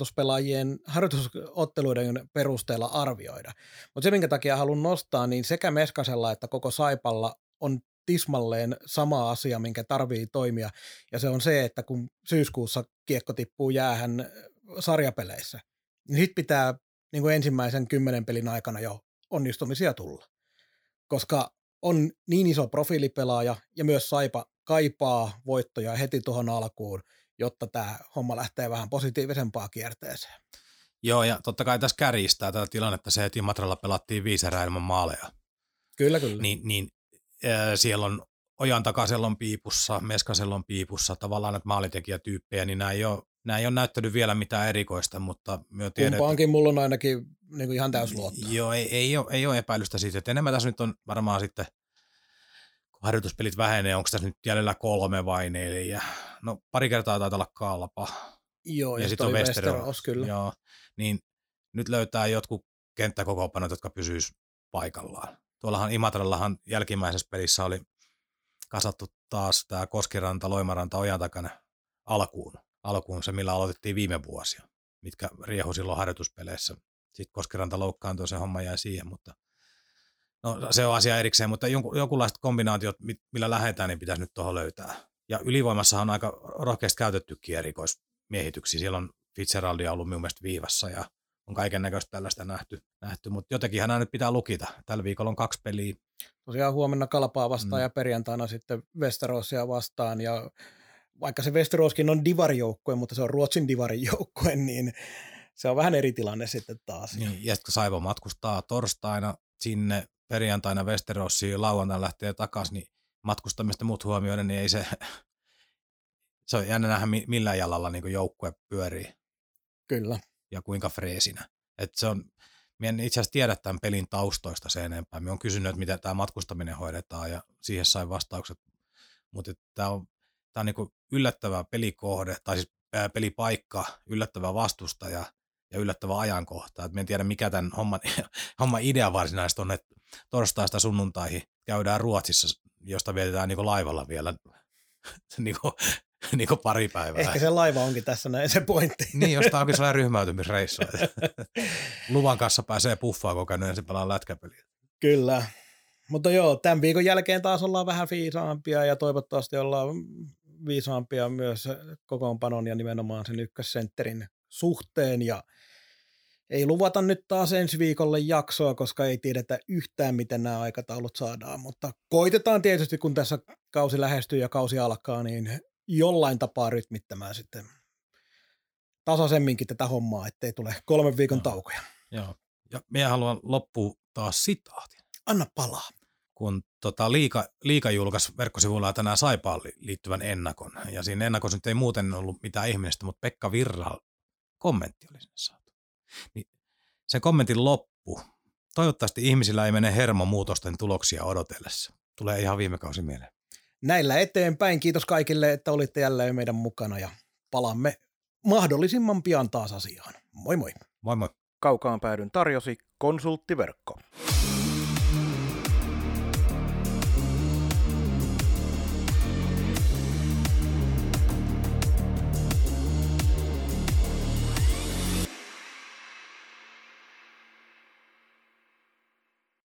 harjoitusotteluiden perusteella arvioida. Mutta se, minkä takia haluan nostaa, niin sekä Meskasella että koko Saipalla on tismalleen sama asia, minkä tarvii toimia, ja se on se, että kun syyskuussa kiekko tippuu jäähän sarjapeleissä, niin sit pitää niin kuin ensimmäisen 10 pelin aikana jo onnistumisia tulla, koska on niin iso profiilipelaaja, ja myös Saipa kaipaa voittoja heti tuohon alkuun, jotta tämä homma lähtee vähän positiivisempaa kierteeseen. Joo, ja totta kai tässä kärjistää tätä tilannetta se, että Imatralla pelattiin 5 erää ilman maaleja. Kyllä. Niin siellä on Ojan Takasella on piipussa, Meskasella on piipussa, tavallaan näitä maalitekijätyyppejä, niin nämä ei ole näyttänyt vielä mitään erikoista, mutta me tiedetään. Kumpaankin mulla on ainakin niin kuin ihan täysluottoa. Joo, ei ole epäilystä siitä, että enemmän tässä nyt on varmaan sitten, kun harjoituspelit vähenee, onko tässä nyt jäljellä 3 vai 4, no pari kertaa taitaa olla Kalpa. Joo, ja sitten on Westeros, kyllä. Joo, niin nyt löytää jotkut kenttäkokoonpanot, jotka pysyisivät paikallaan. Tuollahan Imatrallahan jälkimmäisessä pelissä oli kasattu taas tämä Koskiranta, Loimaranta, Ojan takana alkuun se, millä aloitettiin viime vuosia, mitkä riehui silloin harjoituspeleissä. Sitten Koskiranta loukkaantui, se homma jäi siihen, mutta no, se on asia erikseen, mutta jonkunlaiset kombinaatiot, millä lähdetään, niin pitäisi nyt tuohon löytää. Ja ylivoimassa on aika rohkeasti käytettykin erikoismiehityksiä. Siellä on Fitzgeraldia ollut minun mielestä viivassa ja on kaiken näköistä tällaista nähty, mutta jotenkinhan nämä nyt pitää lukita. Tällä viikolla on 2 peliä. Tosiaan huomenna Kalpaa vastaan ja perjantaina sitten Westerosia vastaan, ja vaikka se Westeroskin on divarijoukkue, mutta se on Ruotsin divarijoukkue, niin se on vähän eri tilanne sitten taas. Niin, ja sitten Saipa matkustaa torstaina sinne, perjantaina Westerosiin, lauantaina lähtee takaisin, niin matkustamista muut huomioiden, niin ei se on jännä nähdä millään jalalla niin joukkue pyörii. Kyllä. Ja kuinka freesinä. Että se on, minä en itse asiassa tiedä tämän pelin taustoista sen enempää. Minä olen kysynyt, että miten tämä matkustaminen hoidetaan, ja siihen sain vastaukset. Mutta tämä on niin kuin yllättävä pelikohde, tai siis pelipaikka, yllättävä vastustaja, ja yllättävä ajankohta. Et mä en tiedä, mikä tämän homman idea varsinaisesti on, että torstaista sunnuntaihin käydään Ruotsissa, josta vietetään niin laivalla vielä niin pari päivää. Ehkä se laiva onkin tässä näin se pointti. Niin, jos tämä onkin sellainen ryhmäytymisreissu. Luvan kanssa pääsee puffaan, kun käy ensin pelaa lätkäpeliä. Kyllä. Mutta joo, tämän viikon jälkeen taas ollaan vähän viisaampia ja toivottavasti ollaan viisaampia myös kokoonpanon ja nimenomaan sen ykkössentterin suhteen. Ja ei luvata nyt taas ensi viikolle jaksoa, koska ei tiedetä yhtään, miten nämä aikataulut saadaan. Mutta koitetaan tietysti, kun tässä kausi lähestyy ja kausi alkaa, niin jollain tapaa rytmittämään sitten tasaisemminkin tätä hommaa, ettei tule 3 viikon taukoja. Joo. Ja minä haluan loppuun taas sitaatin. Anna palaa. Kun Liiga julkaisi verkkosivuilla tänään Saipaan liittyvän ennakon. Ja siinä ennakossa nyt ei muuten ollut mitään ihmeellistä, mutta Pekka Virran kommentti oli sinne saatu. Niin sen kommentin loppu. Toivottavasti ihmisillä ei mene hermo muutosten tuloksia odotellessa. Tulee ihan viime kausi mieleen. Näillä eteenpäin. Kiitos kaikille, että olitte jälleen meidän mukana ja palaamme mahdollisimman pian taas asiaan. Moi moi. Moi moi. Kaukaan päädyn tarjosi Konsulttiverkko.